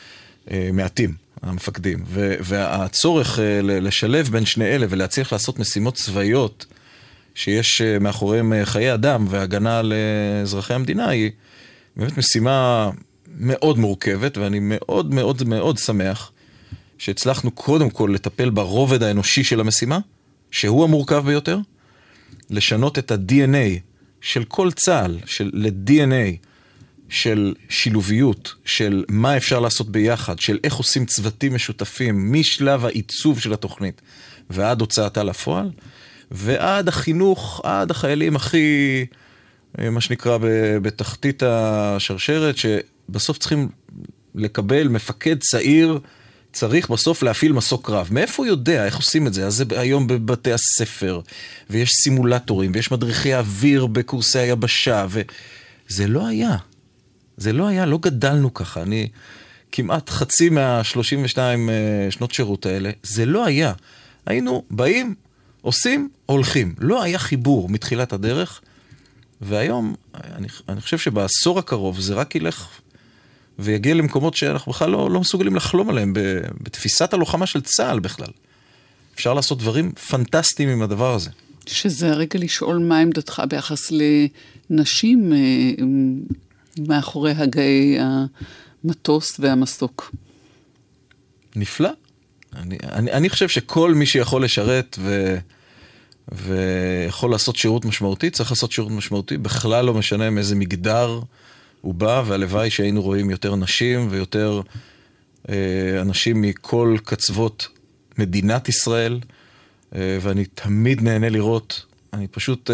מעטים, המפקדים, והצורך לשלב בין שני אלה ולהצליח לעשות משימות צבאיות, שיש מאחוריהם חיי אדם והגנה לאזרחי המדינה, היא באמת משימה מאוד מורכבת, ואני מאוד מאוד מאוד שמח שהצלחנו קודם כל לטפל ברובד האנושי של המשימה, שהוא המורכב ביותר, לשנות את ה-DNA של כל צה"ל, ל-DNA של שילוביות, של מה אפשר לעשות ביחד, של איך עושים צוותים משותפים, משלב העיצוב של התוכנית, ועד הוצאתה לפועל, ועד החינוך, עד החיילים הכי, מה שנקרא, בתחתית השרשרת, שבסוף צריכים לקבל מפקד צעיר, צריך בסוף להפעיל מסוק קרב. מאיפה הוא יודע איך עושים את זה? אז זה היום בבתי הספר, ויש סימולטורים, ויש מדריכי אוויר בקורסי היבשה, וזה לא היה. זה לא היה, לא גדלנו ככה. אני כמעט חצי מה-32 שנות שירות האלה, זה לא היה. היינו באים, עושים, הולכים. לא היה חיבור מתחילת הדרך, והיום, אני חושב שבעשור הקרוב זה רק ילך ויגיע למקומות שאנחנו בכלל לא מסוגלים לחלום עליהם, בתפיסת הלוחמה של צה"ל בכלל. אפשר לעשות דברים פנטסטיים עם הדבר הזה. שזה הרגע לשאול מה עמדתך ביחס לנשים מאחורי הגאי המטוס והמסוק. נפלא. אני חושב שכל מי שיכול לשרת ויכול לעשות שירות משמעותי, צריך לעשות שירות משמעותי, בכלל לא משנה מאיזה מגדר הוא בא, והלוואי שהיינו רואים יותר נשים ויותר אנשים מכל קצוות מדינת ישראל, ואני תמיד נהנה לראות, אני פשוט,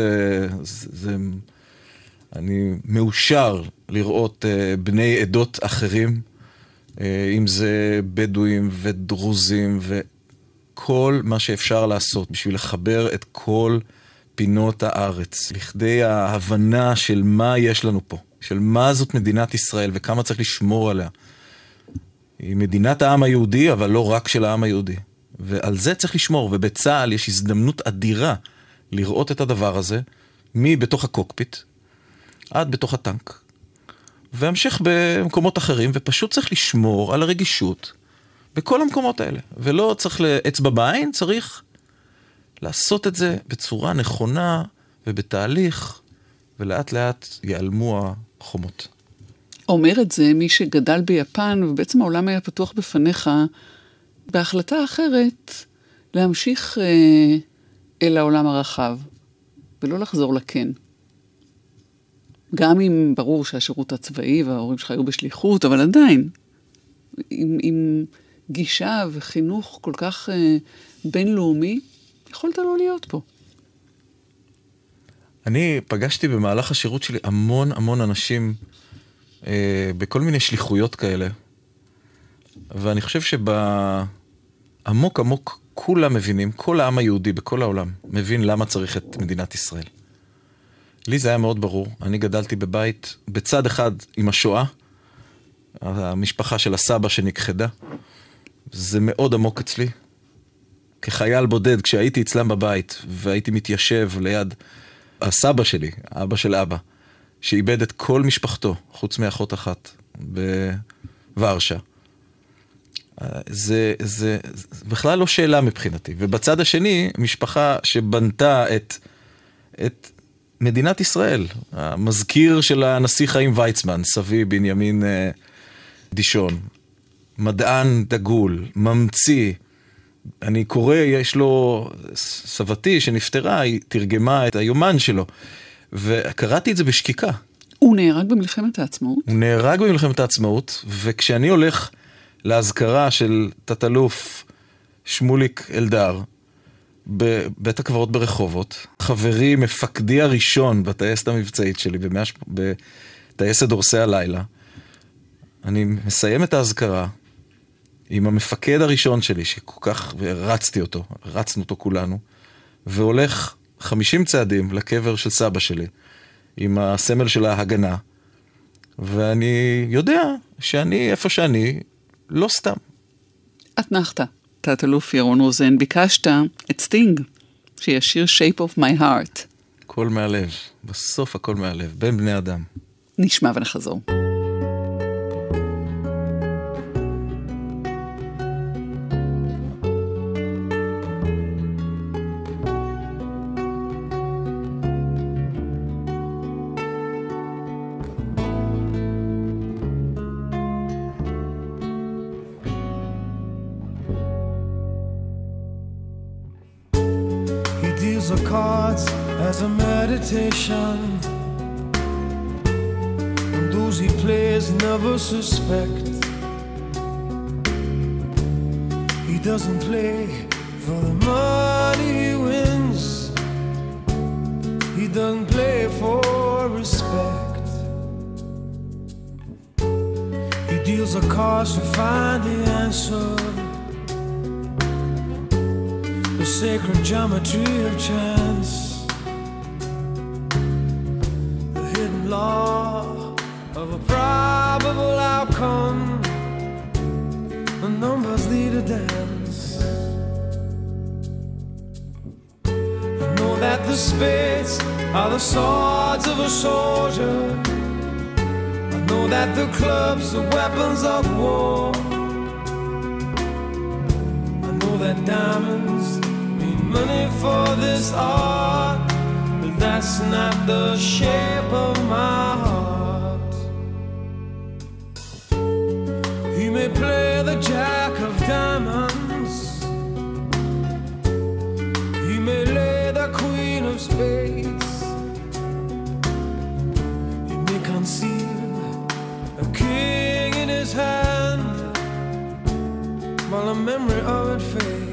אני מאושר לראות בני עדות אחרים, אם זה בדואים ודרוזים וכל מה שאפשר לעשות בשביל לחבר את כל פינות הארץ, לכדי ההבנה של מה יש לנו פה, של מה זאת מדינת ישראל וכמה צריך לשמור עליה. היא מדינת העם היהודי, אבל לא רק של העם היהודי. ועל זה צריך לשמור, ובצה"ל יש הזדמנות אדירה לראות את הדבר הזה, בתוך הקוקפיט, עד בתוך הטנק, והמשך במקומות אחרים, ופשוט צריך לשמור על הרגישות בכל המקומות האלה. ולא צריך לאצבע בעין, צריך לעשות את זה בצורה נכונה ובתהליך, ולאט לאט ייעלמו החומות. אומר את זה מי שגדל ביפן, ובעצם העולם היה פתוח בפניך, בהחלטה אחרת, להמשיך אל העולם הרחב, ולא לחזור לכן. גם אם ברור שהשירות הצבאי וההורים שלך היו בשליחות, אבל עדיין, עם גישה וחינוך כל כך בינלאומי, יכולת לא להיות פה. אני פגשתי במהלך השירות שלי המון אנשים בכל מיני שליחויות כאלה, ואני חושב שבעמוק כולם מבינים, כל העם היהודי בכל העולם מבין למה צריך את מדינת ישראל. לי זה היה מאוד ברור. אני גדלתי בבית בצד אחד עם השואה, המשפחה של הסבא שנכחדה. זה מאוד עמוק אצלי. כחייל בודד, כשהייתי אצלם בבית והייתי מתיישב ליד הסבא שלי, אבא של אבא, שאיבד את כל משפחתו, חוץ מאחות אחת, בוורשה. זה בכלל לא שאלה מבחינתי. ובצד השני, משפחה שבנתה את מדינת ישראל. המזכיר של הנשיא חיים ויצמן, סבי בנימין דישון, מדען דגול, ממציא. אני קורא, יש לו סבתי שנפטרה, היא תרגמה את היומן שלו, וקראתי את זה בשקיקה. הוא נהרג במלחמת העצמאות? הוא נהרג במלחמת העצמאות, וכשאני הולך להזכרה של תת-אלוף שמוליק אלדר, בבית הקברות ברחובות, חברי מפקדי הראשון בטייסת המבצעית שלי, בטייסת דורסי הלילה, אני מסיים את ההזכרה עם המפקד הראשון שלי, שכל כך, ורצנו אותו כולנו, והולך 50 צעדים לקבר של סבא שלי, עם הסמל של ההגנה, ואני יודע שאני, איפה שאני, לא סתם. את נחת, תת-אלוף ירון רוזן, ביקשת את סטינג, שישיר Shape of my heart. הכל מהלב, בסוף הכל מהלב, בין בני אדם. נשמע ונחזור. The cards as a meditation, and those he plays never suspect. He doesn't play for the money he wins, he doesn't play for respect. He deals the cards to find the answer, the sacred geometry of chance, the hidden law of a probable outcome. The numbers lead a dance. I know that the spades are the swords of a soldier. I know that the clubs are weapons of war. I know that diamonds money for this art, but that's not the shape of my heart. He may play the jack of diamonds, he may lay the queen of spades, he may conceal a king in his hand while the memory of it fades.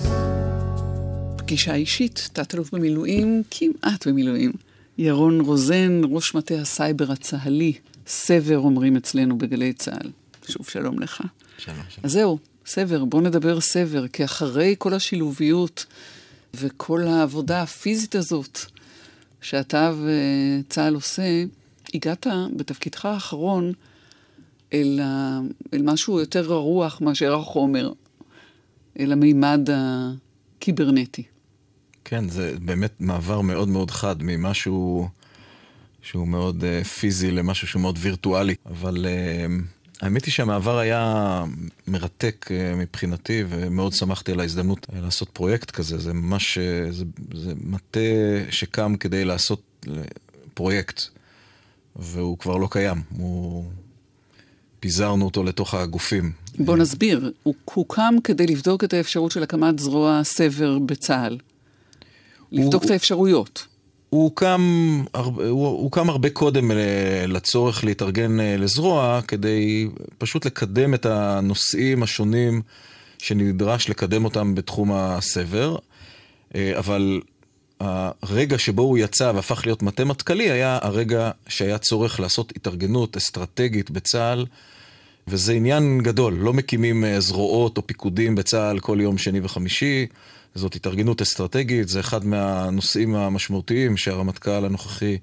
פגישה אישית, תת-אלוף במילואים, כמעט במילואים. ירון רוזן, ראש מטה הסייבר הצהלי, סבר אומרים אצלנו בגלי צהל. שוב שלום לך. שלום. אז זהו, סבר, בוא נדבר סבר, כי אחרי כל השילוביות וכל העבודה הפיזית הזאת שאתה וצהל עושה, הגעת בתפקידך האחרון אל משהו יותר רוח מאשר החומר, אל המימד הקיברנטי. כן, זה באמת מעבר מאוד מאוד חד ממשהו שהוא מאוד פיזי למשהו שהוא מאוד וירטואלי, אבל האמת היא שהמעבר היה מרתק מבחינתי, ומאוד שמחתי על ההזדמנות לעשות פרויקט כזה. זה ממש, זה מטה שקם כדי לעשות פרויקט, והוא כבר לא קיים. פיזרנו אותו לתוך הגופים. בוא נסביר, הוא קם כדי לבדוק את האפשרות של הקמת זרוע סבר בצה"ל. לבדוק את האפשרויות. הוא קם הרבה קודם לצורך להתארגן לזרוע, כדי פשוט לקדם את הנושאים השונים שנדרש לקדם אותם בתחום הסבר, אבל הרגע שבו הוא יצא והפך להיות מטה מטכ"לי היה הרגע שהיה צורך לעשות התארגנות אסטרטגית בצה"ל, וזה עניין גדול. לא מקימים זרועות או פיקודים בצה"ל כל יום שני וחמישי, זאת התארגנות אסטרטגית, זה אחד מהנושאים המשמעותיים שהרמטכ"ל הנוכחי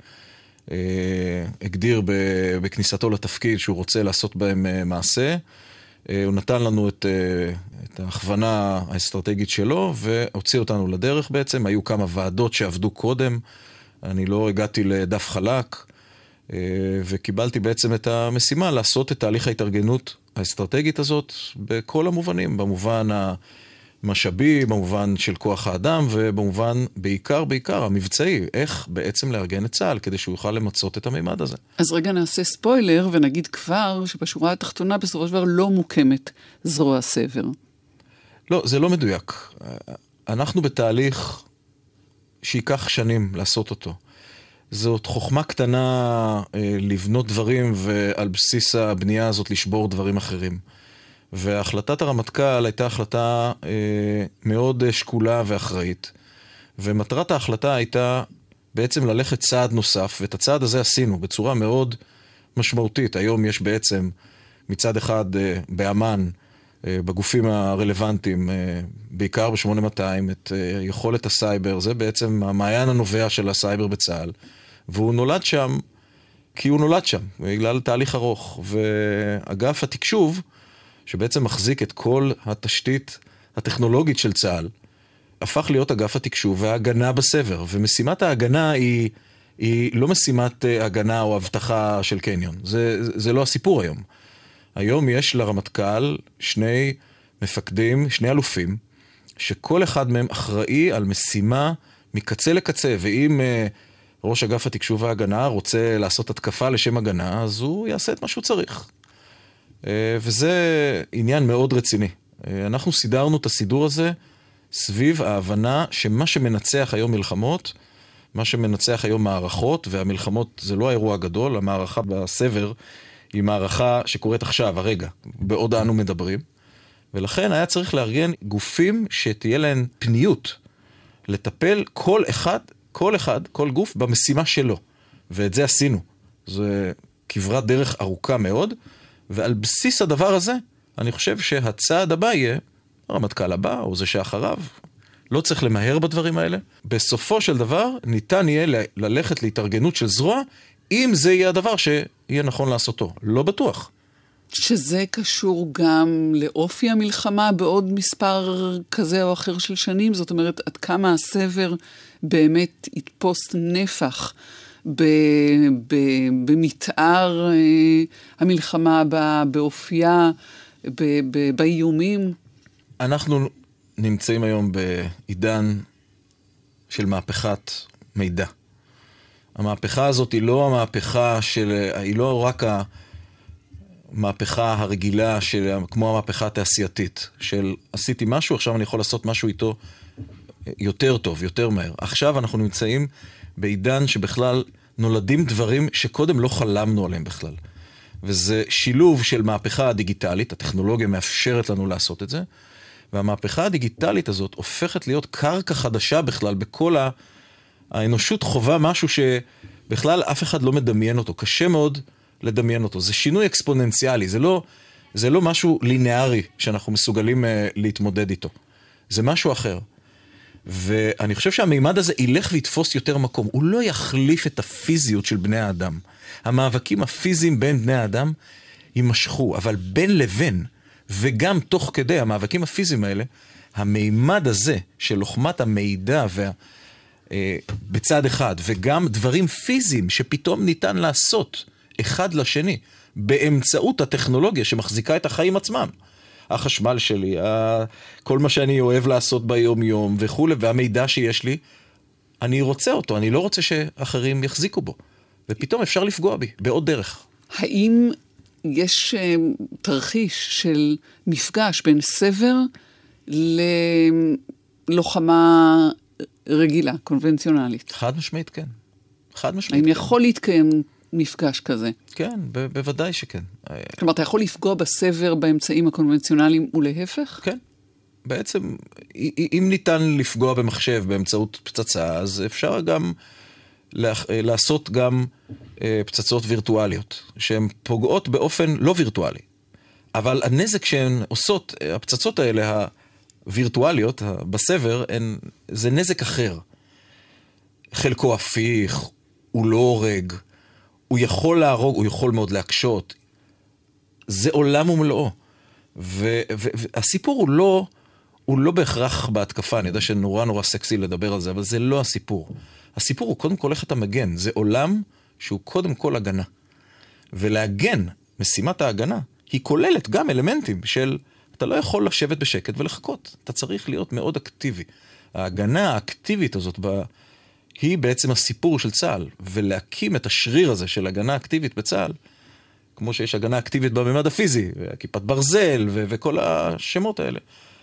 הגדיר בכניסתו לתפקיד שהוא רוצה לעשות בהם מעשה. הוא נתן לנו את ההכוונה האסטרטגית שלו והוציא אותנו לדרך בעצם. היו כמה ועדות שעבדו קודם, אני לא הגעתי לדף חלק, וקיבלתי בעצם את המשימה לעשות את תהליך ההתארגנות האסטרטגית הזאת בכל המובנים, במובן המשאבי, במובן של כוח האדם, ובמובן בעיקר המבצעי, איך בעצם לארגן את צה"ל כדי שהוא יוכל למצות את המימד הזה. אז רגע נעשה ספוילר ונגיד כבר שבשורה התחתונה בסופו של דבר לא מוקמת זרוע סבר. לא, זה לא מדויק. אנחנו בתהליך שיקח שנים לעשות אותו. זאת חוכמה קטנה לבנות דברים ועל בסיס הבנייה הזאת לשבור דברים אחרים. והחלטת הרמטכ"ל הייתה החלטה מאוד שקולה ואחראית. ומטרת ההחלטה הייתה בעצם ללכת צעד נוסף, ואת הצעד הזה עשינו בצורה מאוד משמעותית. היום יש בעצם מצד אחד באמן, בגופים הרלוונטיים, בעיקר ב-8200, את יכולת הסייבר, זה בעצם המעיין הנובע של הסייבר בצה"ל, והוא נולד שם, כי הוא נולד שם, בגלל תהליך ארוך, ואגף התקשוב, שבעצם מחזיק את כל התשתית הטכנולוגית של צה"ל, הפך להיות אגף התקשוב וההגנה בסבר, ומשימת ההגנה היא לא משימת הגנה או הבטחה של קניון, זה לא הסיפור היום. היום יש לרמטכ"ל שני מפקדים, שני אלופים, שכל אחד מהם אחראי על משימה מקצה לקצה, ואם ראש אגף התקשוב וההגנה רוצה לעשות התקפה לשם הגנה, אז הוא יעשה את מה שהוא צריך. וזה עניין מאוד רציני. אנחנו סידרנו את הסידור הזה סביב ההבנה שמה שמנצח היום מלחמות, מה שמנצח היום מערכות, והמלחמות זה לא האירוע הגדול, המערכה בסבר היא מערכה שקורית עכשיו, הרגע, בעוד אנו מדברים, ולכן היה צריך לארגן גופים שתהיה להן פניות, לטפל כל גוף במשימה שלו, ואת זה עשינו. זה כברת דרך ארוכה מאוד, ועל בסיס הדבר הזה, אני חושב שהצעד הבא יהיה, הרמטכ"ל הבא, או זה שאחריו, לא צריך למהר בדברים האלה. בסופו של דבר, ניתן יהיה ללכת להתארגנות של זרוע, אם זה יהיה הדבר שיהיה נכון לעשותו. לא בטוח. שזה קשור גם לאופי המלחמה בעוד מספר כזה או אחר של שנים? זאת אומרת, עד כמה הסבר באמת יתפוס נפח במתאר המלחמה, באופייה, באיומים? אנחנו נמצאים היום בעידן של מהפכת מידע. המהפכה הזאת היא לא המהפכה היא לא רק המהפכה הרגילה כמו המהפכה התעשייתית, של עשיתי משהו, עכשיו אני יכול לעשות משהו איתו יותר טוב, יותר מהר. עכשיו אנחנו נמצאים בעידן שבכלל נולדים דברים שקודם לא חלמנו עליהם בכלל. וזה שילוב של מהפכה הדיגיטלית, הטכנולוגיה מאפשרת לנו לעשות את זה, והמהפכה הדיגיטלית הזאת הופכת להיות קרקע חדשה בכלל בכל האנושות חובה משהו שבכלל אף אחד לא מדמיין אותו. קשה מאוד לדמיין אותו. זה שינוי אקספוננציאלי. זה לא משהו לינארי שאנחנו מסוגלים להתמודד איתו. זה משהו אחר. ואני חושב שהמימד הזה ילך ויתפוס יותר מקום. הוא לא יחליף את הפיזיות של בני האדם. המאבקים הפיזיים בין בני האדם יימשכו, אבל בין לבין, וגם תוך כדי המאבקים הפיזיים האלה, המימד הזה של לוחמת המידע בצד אחד, וגם דברים פיזיים שפתאום ניתן לעשות אחד לשני, באמצעות הטכנולוגיה שמחזיקה את החיים עצמם. החשמל שלי, כל מה שאני אוהב לעשות ביום יום וכו', והמידע שיש לי, אני רוצה אותו, אני לא רוצה שאחרים יחזיקו בו. ופתאום אפשר לפגוע בי, בעוד דרך. האם יש תרחיש של מפגש בין סבר ללוחמה רגילה, קונבנציונלית? חד משמעית, כן. חד משמעית. האם יכול להתקיים מפגש כזה? כן, בוודאי שכן. כלומר, אתה יכול לפגוע בסבר באמצעים הקונבנציונליים ולהפך? כן. בעצם, אם ניתן לפגוע במחשב באמצעות פצצה, אז אפשר גם לעשות גם פצצות וירטואליות, שהן פוגעות באופן לא וירטואלי. אבל הנזק שהן עושות, הפצצות האלה, הווירטואליות, בסבר, זה נזק אחר. חלקו הפיך, הוא לא הורג, הוא יכול להרוג, הוא יכול מאוד להקשות. זה עולם ומלואו. והסיפור הוא לא בהכרח בהתקפה, אני יודע שנורא נורא סקסי לדבר על זה, אבל זה לא הסיפור. הסיפור הוא קודם כל איך אתה מגן. זה עולם שהוא קודם כל הגנה. ולהגן, משימת ההגנה, היא כוללת גם אלמנטים של, אתה לא יכול לשבת בשקט ולחכות. אתה צריך להיות מאוד אקטיבי. ההגנה האקטיבית הזאת היא בעצם הסיפור של צה"ל, ולהקים את השריר הזה של הגנה אקטיבית בצה"ל, כמו שיש הגנה אקטיבית בממד הפיזי, כיפת ברזל וכל השמות האלה.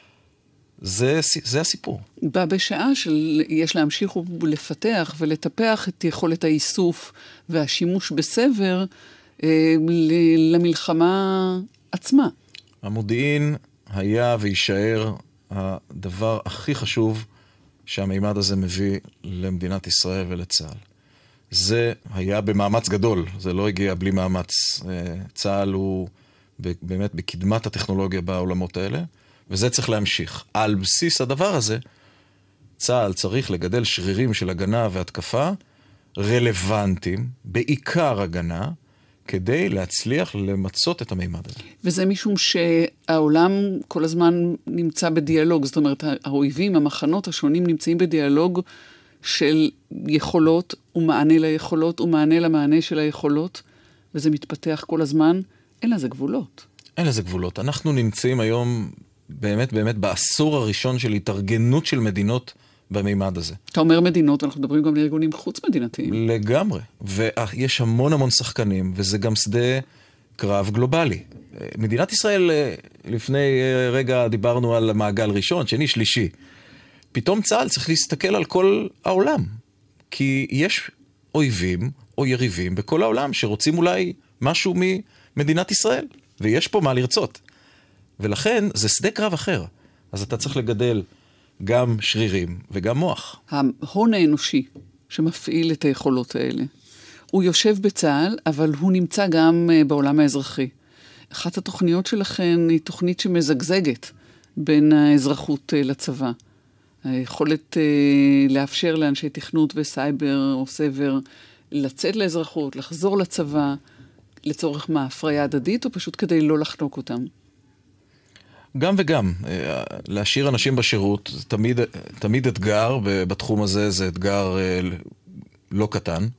זה הסיפור. בא בשעה שיש להמשיך ולפתח ולטפח את יכולת האיסוף והשימוש בסבר למלחמה עצמה. המודיעין היה וישאר הדבר הכי חשוב שהמימד הזה מביא למדינת ישראל ולצה"ל. זה היה במאמץ גדול, זה לא הגיע בלי מאמץ. צה"ל הוא באמת בקדמת הטכנולוגיה בעולמות האלה, וזה צריך להמשיך. על בסיס הדבר הזה, צה"ל צריך לגדל שרירים של הגנה והתקפה רלוונטיים, בעיקר הגנה, כדי להצליח למצות את המימד הזה. וזה משום שהעולם כל הזמן נמצא בדיאלוג, זאת אומרת, האויבים, המחנות השונים נמצאים בדיאלוג של יכולות ומענה ליכולות ומענה למענה של היכולות, וזה מתפתח כל הזמן. אין לזה גבולות. אין לזה גבולות. אנחנו נמצאים היום באמת בעשור הראשון של התארגנות של מדינות במימד הזה. אתה אומר מדינות, אנחנו מדברים גם לארגונים חוץ-מדינתיים. לגמרי. ויש המון שחקנים, וזה גם שדה קרב גלובלי. מדינת ישראל, לפני רגע דיברנו על מעגל ראשון, שני, שלישי. פתאום צה"ל צריך להסתכל על כל העולם. כי יש אויבים או יריבים בכל העולם שרוצים אולי משהו ממדינת ישראל. ויש פה מה לרצות. ולכן זה שדה קרב אחר. אז אתה צריך לגדל גם שרירים וגם מוח. ההון האנושי שמפעיל את היכולות האלה, הוא יושב בצה"ל, אבל הוא נמצא גם בעולם האזרחי. אחת התוכניות שלכן היא תוכנית שמזגזגת בין האזרחות לצבא. היכולת לאפשר לאנשי תכנות וסייבר או סבר לצאת לאזרחות, לחזור לצבא, לצורך מה? הפריה הדדית או פשוט כדי לא לחנוק אותם? גם וגם. להשאיר אנשים בשירות, תמיד אתגר, בתחום הזה זה אתגר לא קטן,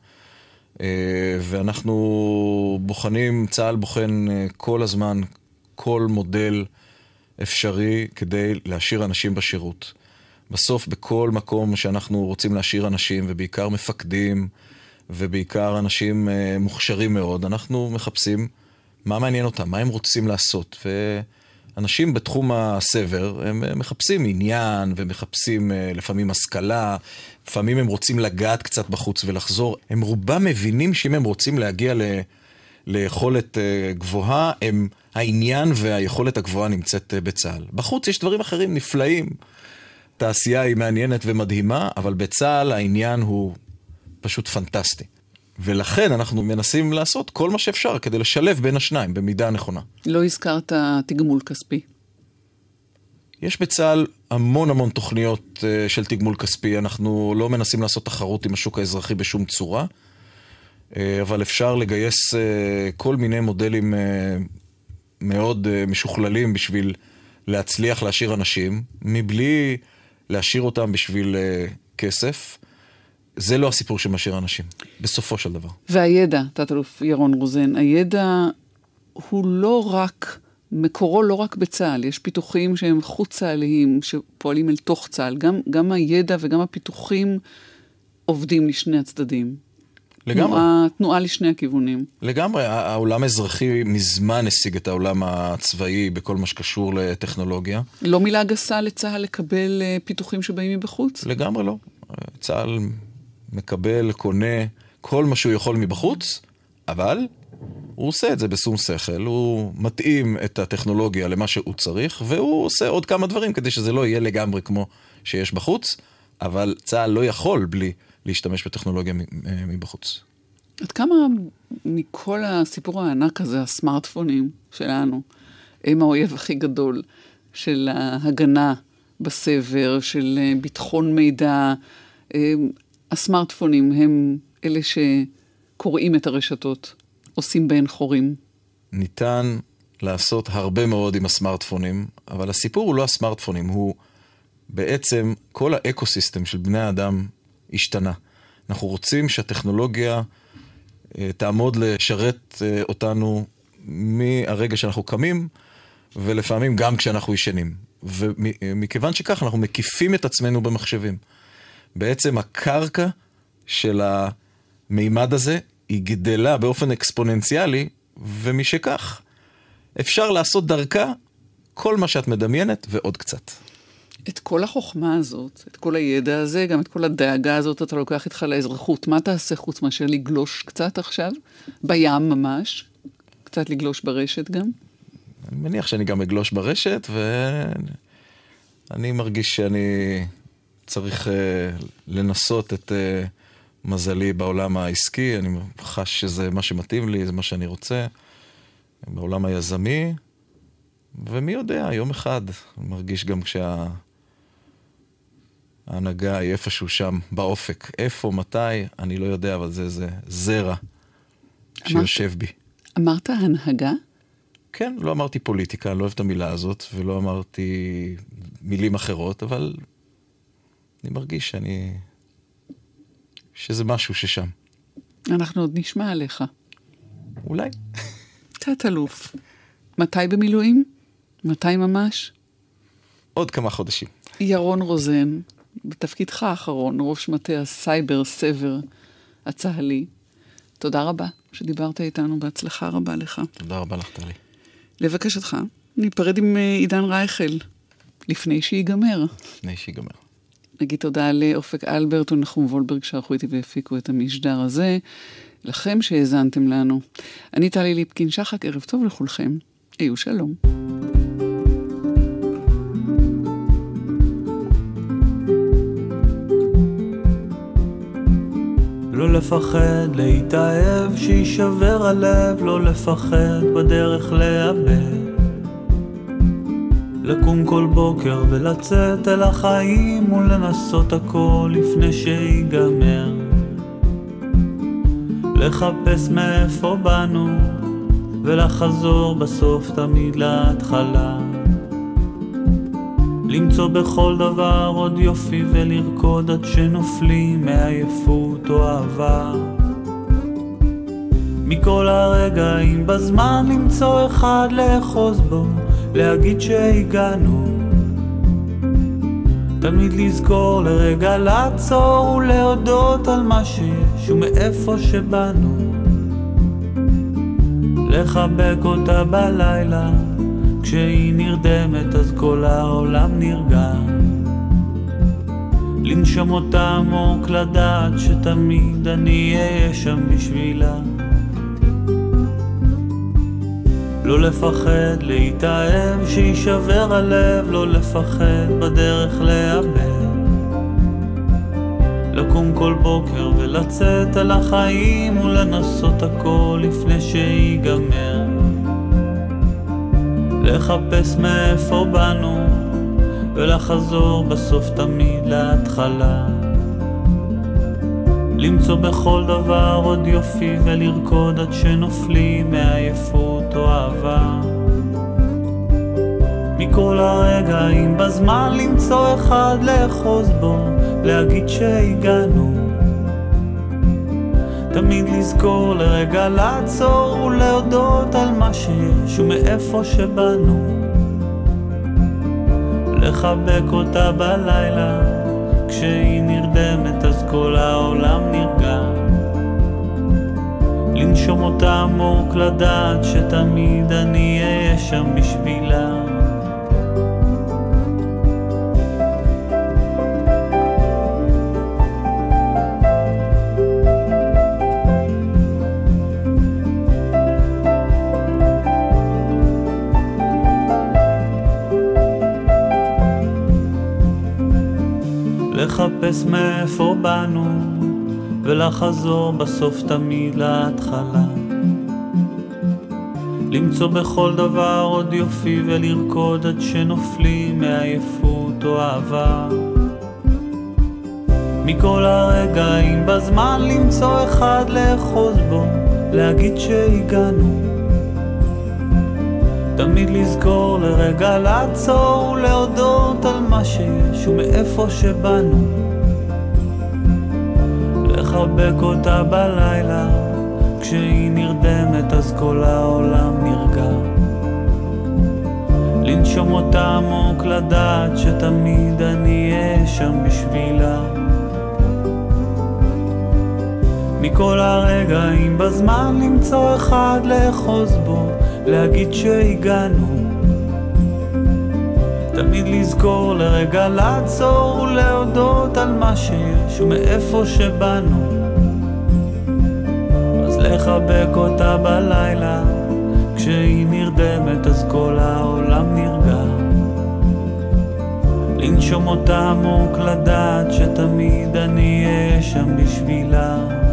ואנחנו בוחנים, צה"ל בוחן כל הזמן, כל מודל אפשרי כדי להשאיר אנשים בשירות. בסוף, בכל מקום שאנחנו רוצים להשאיר אנשים, ובעיקר מפקדים, ובעיקר אנשים מוכשרים מאוד, אנחנו מחפשים מה מעניין אותם, מה הם רוצים לעשות, אנשים בתחום הסבר, הם מחפשים עניין ומחפשים לפעמים השכלה, לפעמים הם רוצים לגעת קצת בחוץ ולחזור. הם רובם מבינים שאם הם רוצים להגיע ליכולת גבוהה, העניין והיכולת הגבוהה נמצאת בצה"ל. בחוץ יש דברים אחרים נפלאים. תעשייה היא מעניינת ומדהימה, אבל בצה"ל העניין הוא פשוט פנטסטי. ולכן אנחנו מנסים לעשות כל מה שאפשר כדי לשלב בין השניים במידה נכונה. לא הזכרת תגמול כספי. יש בצה"ל המון תוכניות של תגמול כספי. אנחנו לא מנסים לעשות תחרות עם השוק האזרחי בשום צורה. אבל אפשר לגייס כל מיני מודלים מאוד משוכללים בשביל להצליח להשאיר אנשים, מבלי להשאיר אותם בשביל כסף. זה לא הסיפור שמשאיר אנשים, בסופו של דבר. והידע, תת-אלוף ירון רוזן, הידע הוא לא רק, מקורו לא רק בצה"ל, יש פיתוחים שהם חוץ צה"ליים, שפועלים אל תוך צה"ל, גם הידע וגם הפיתוחים עובדים לשני הצדדים. לגמרי. תנועה לשני הכיוונים. לגמרי, העולם האזרחי מזמן השיג את העולם הצבאי בכל מה שקשור לטכנולוגיה. לא מילה גסה לצה"ל לקבל פיתוחים שבאים מבחוץ? לגמרי לא. צה"ל מקבל, קונה, כל מה שהוא יכול מבחוץ, אבל הוא עושה את זה בשום שכל, הוא מתאים את הטכנולוגיה למה שהוא צריך, והוא עושה עוד כמה דברים כדי שזה לא יהיה לגמרי כמו שיש בחוץ, אבל צה"ל לא יכול בלי להשתמש בטכנולוגיה מבחוץ. עד כמה מכל הסיפור הענק הזה, הסמארטפונים שלנו, הם האויב הכי גדול של ההגנה בסבר, של ביטחון מידע, הסמארטפונים הם אלה שקוראים את הרשתות, עושים בהן חורים. ניתן לעשות הרבה מאוד עם הסמארטפונים, אבל הסיפור הוא לא הסמארטפונים, הוא בעצם כל האקוסיסטם של בני האדם השתנה. אנחנו רוצים שהטכנולוגיה תעמוד לשרת אותנו מהרגע שאנחנו קמים, ולפעמים גם כשאנחנו ישנים. ומכיוון שכך אנחנו מקיפים את עצמנו במחשבים. בעצם הקרקע של המימד הזה היא גדלה באופן אקספוננציאלי, ומשכך אפשר לעשות דרכה כל מה שאת מדמיינת ועוד קצת. את כל החוכמה הזאת, את כל הידע הזה, גם את כל הדאגה הזאת, אתה לוקח איתך לאזרחות. מה תעשה חוץ מאשר לגלוש קצת עכשיו? בים ממש? קצת לגלוש ברשת גם? אני מניח שאני גם אגלוש ברשת, ואני מרגיש שאני צריך לנסות את מזלי בעולם העסקי. אני חש שזה מה שמתאים לי, זה מה שאני רוצה. בעולם היזמי, ומי יודע, יום אחד אני מרגיש גם ההנהגה היא איפשהו שם באופק. איפה, מתי, אני לא יודע, אבל זה זרע שיושב בי. אמרת הנהגה? כן, לא אמרתי פוליטיקה, אני לא אוהב את המילה הזאת, ולא אמרתי מילים אחרות, אבל אני מרגיש שזה משהו ששם. אנחנו עוד נשמע עליך. אולי. תת-אלוף. מתי במילואים? מתי ממש? עוד כמה חודשים. ירון רוזן, בתפקידך האחרון, ראש מטה הסייבר סבר הצהלי. תודה רבה שדיברת איתנו, בהצלחה רבה לך. תודה רבה לך, טלי. לבקשתך, ניפרד עם עידן רייכל, לפני שיגמר. לפני שיגמר. נגיד תודה לאופק אלברט ונחום וולברג שערכו איתי והפיקו את המשדר הזה. לכם שהאזנתם לנו. אני טלי ליפקין שחק, ערב טוב לכולכם. היו שלום. לא לפחד להתאהב, שישבר הלב, לא לפחד בדרך לאבד. לקום כל בוקר ולצאת אל החיים ולנסות הכל לפני שיגמר. לחפש מאיפה באנו ולחזור בסוף תמיד להתחלה. למצוא בכל דבר עוד יופי ולרקוד עד שנופלים מעייפות או אהבה. מכל הרגעים בזמן למצוא אחד לאחוז בו, להגיד שהגענו. תמיד לזכור לרגע לעצור ולהודות על מה שיש ומאיפה שבאנו. לחבק אותה בלילה, כשהיא נרדמת אז כל העולם נרגע. לנשום אותה עמוק, לדעת שתמיד אני אהיה שם בשבילה. לא לפחד להתאהב, שישבר הלב, לא לפחד בדרך לאבד. לקום כל בוקר ולצאת על החיים ולנסות הכל לפני שיגמר. לחפש מאיפה באנו ולחזור בסוף תמיד להתחלה. למצוא בכל דבר עוד יופי ולרקוד עד שנופלים מעייפות או אהבה. מכל הרגעים בזמן למצוא אחד לאחוז בו, להגיד שהגענו. תמיד לזכור לרגע לעצור ולהודות על מה שיש ומאיפה שבאנו. לחבק אותה בלילה, כשהיא נרדמת אז כל העולם נרגע. לנשום אותה עמוק, לדעת שתמיד אני אהיה שם בשבילה. לחפש מאיפה באנו ולחזור בסוף תמיד להתחלה. למצוא בכל דבר עוד יופי ולרקוד עד שנופלים מעייפות או אהבה. מכל הרגעים בזמן למצוא אחד לאחוז בו, להגיד שהגענו. תמיד לזכור לרגע לעצור ולהודות על מה שיש ומאיפה שבאנו. לחבק אותה בלילה, כשהיא נרדמת אז כל העולם נרגע. לנשום אותה עמוק, לדעת שתמיד אני אהיה שם בשבילה. מכל הרגעים בזמן למצוא אחד לאחוז בו, להגיד שהגענו. תמיד לזכור לרגע לעצור ולהודות על מה שיש ומאיפה שבאנו. אז לחבק אותה בלילה, כשהיא נרדמת אז כל העולם נרגע. לנשום אותה עמוק, לדעת שתמיד אני אהיה שם בשבילה.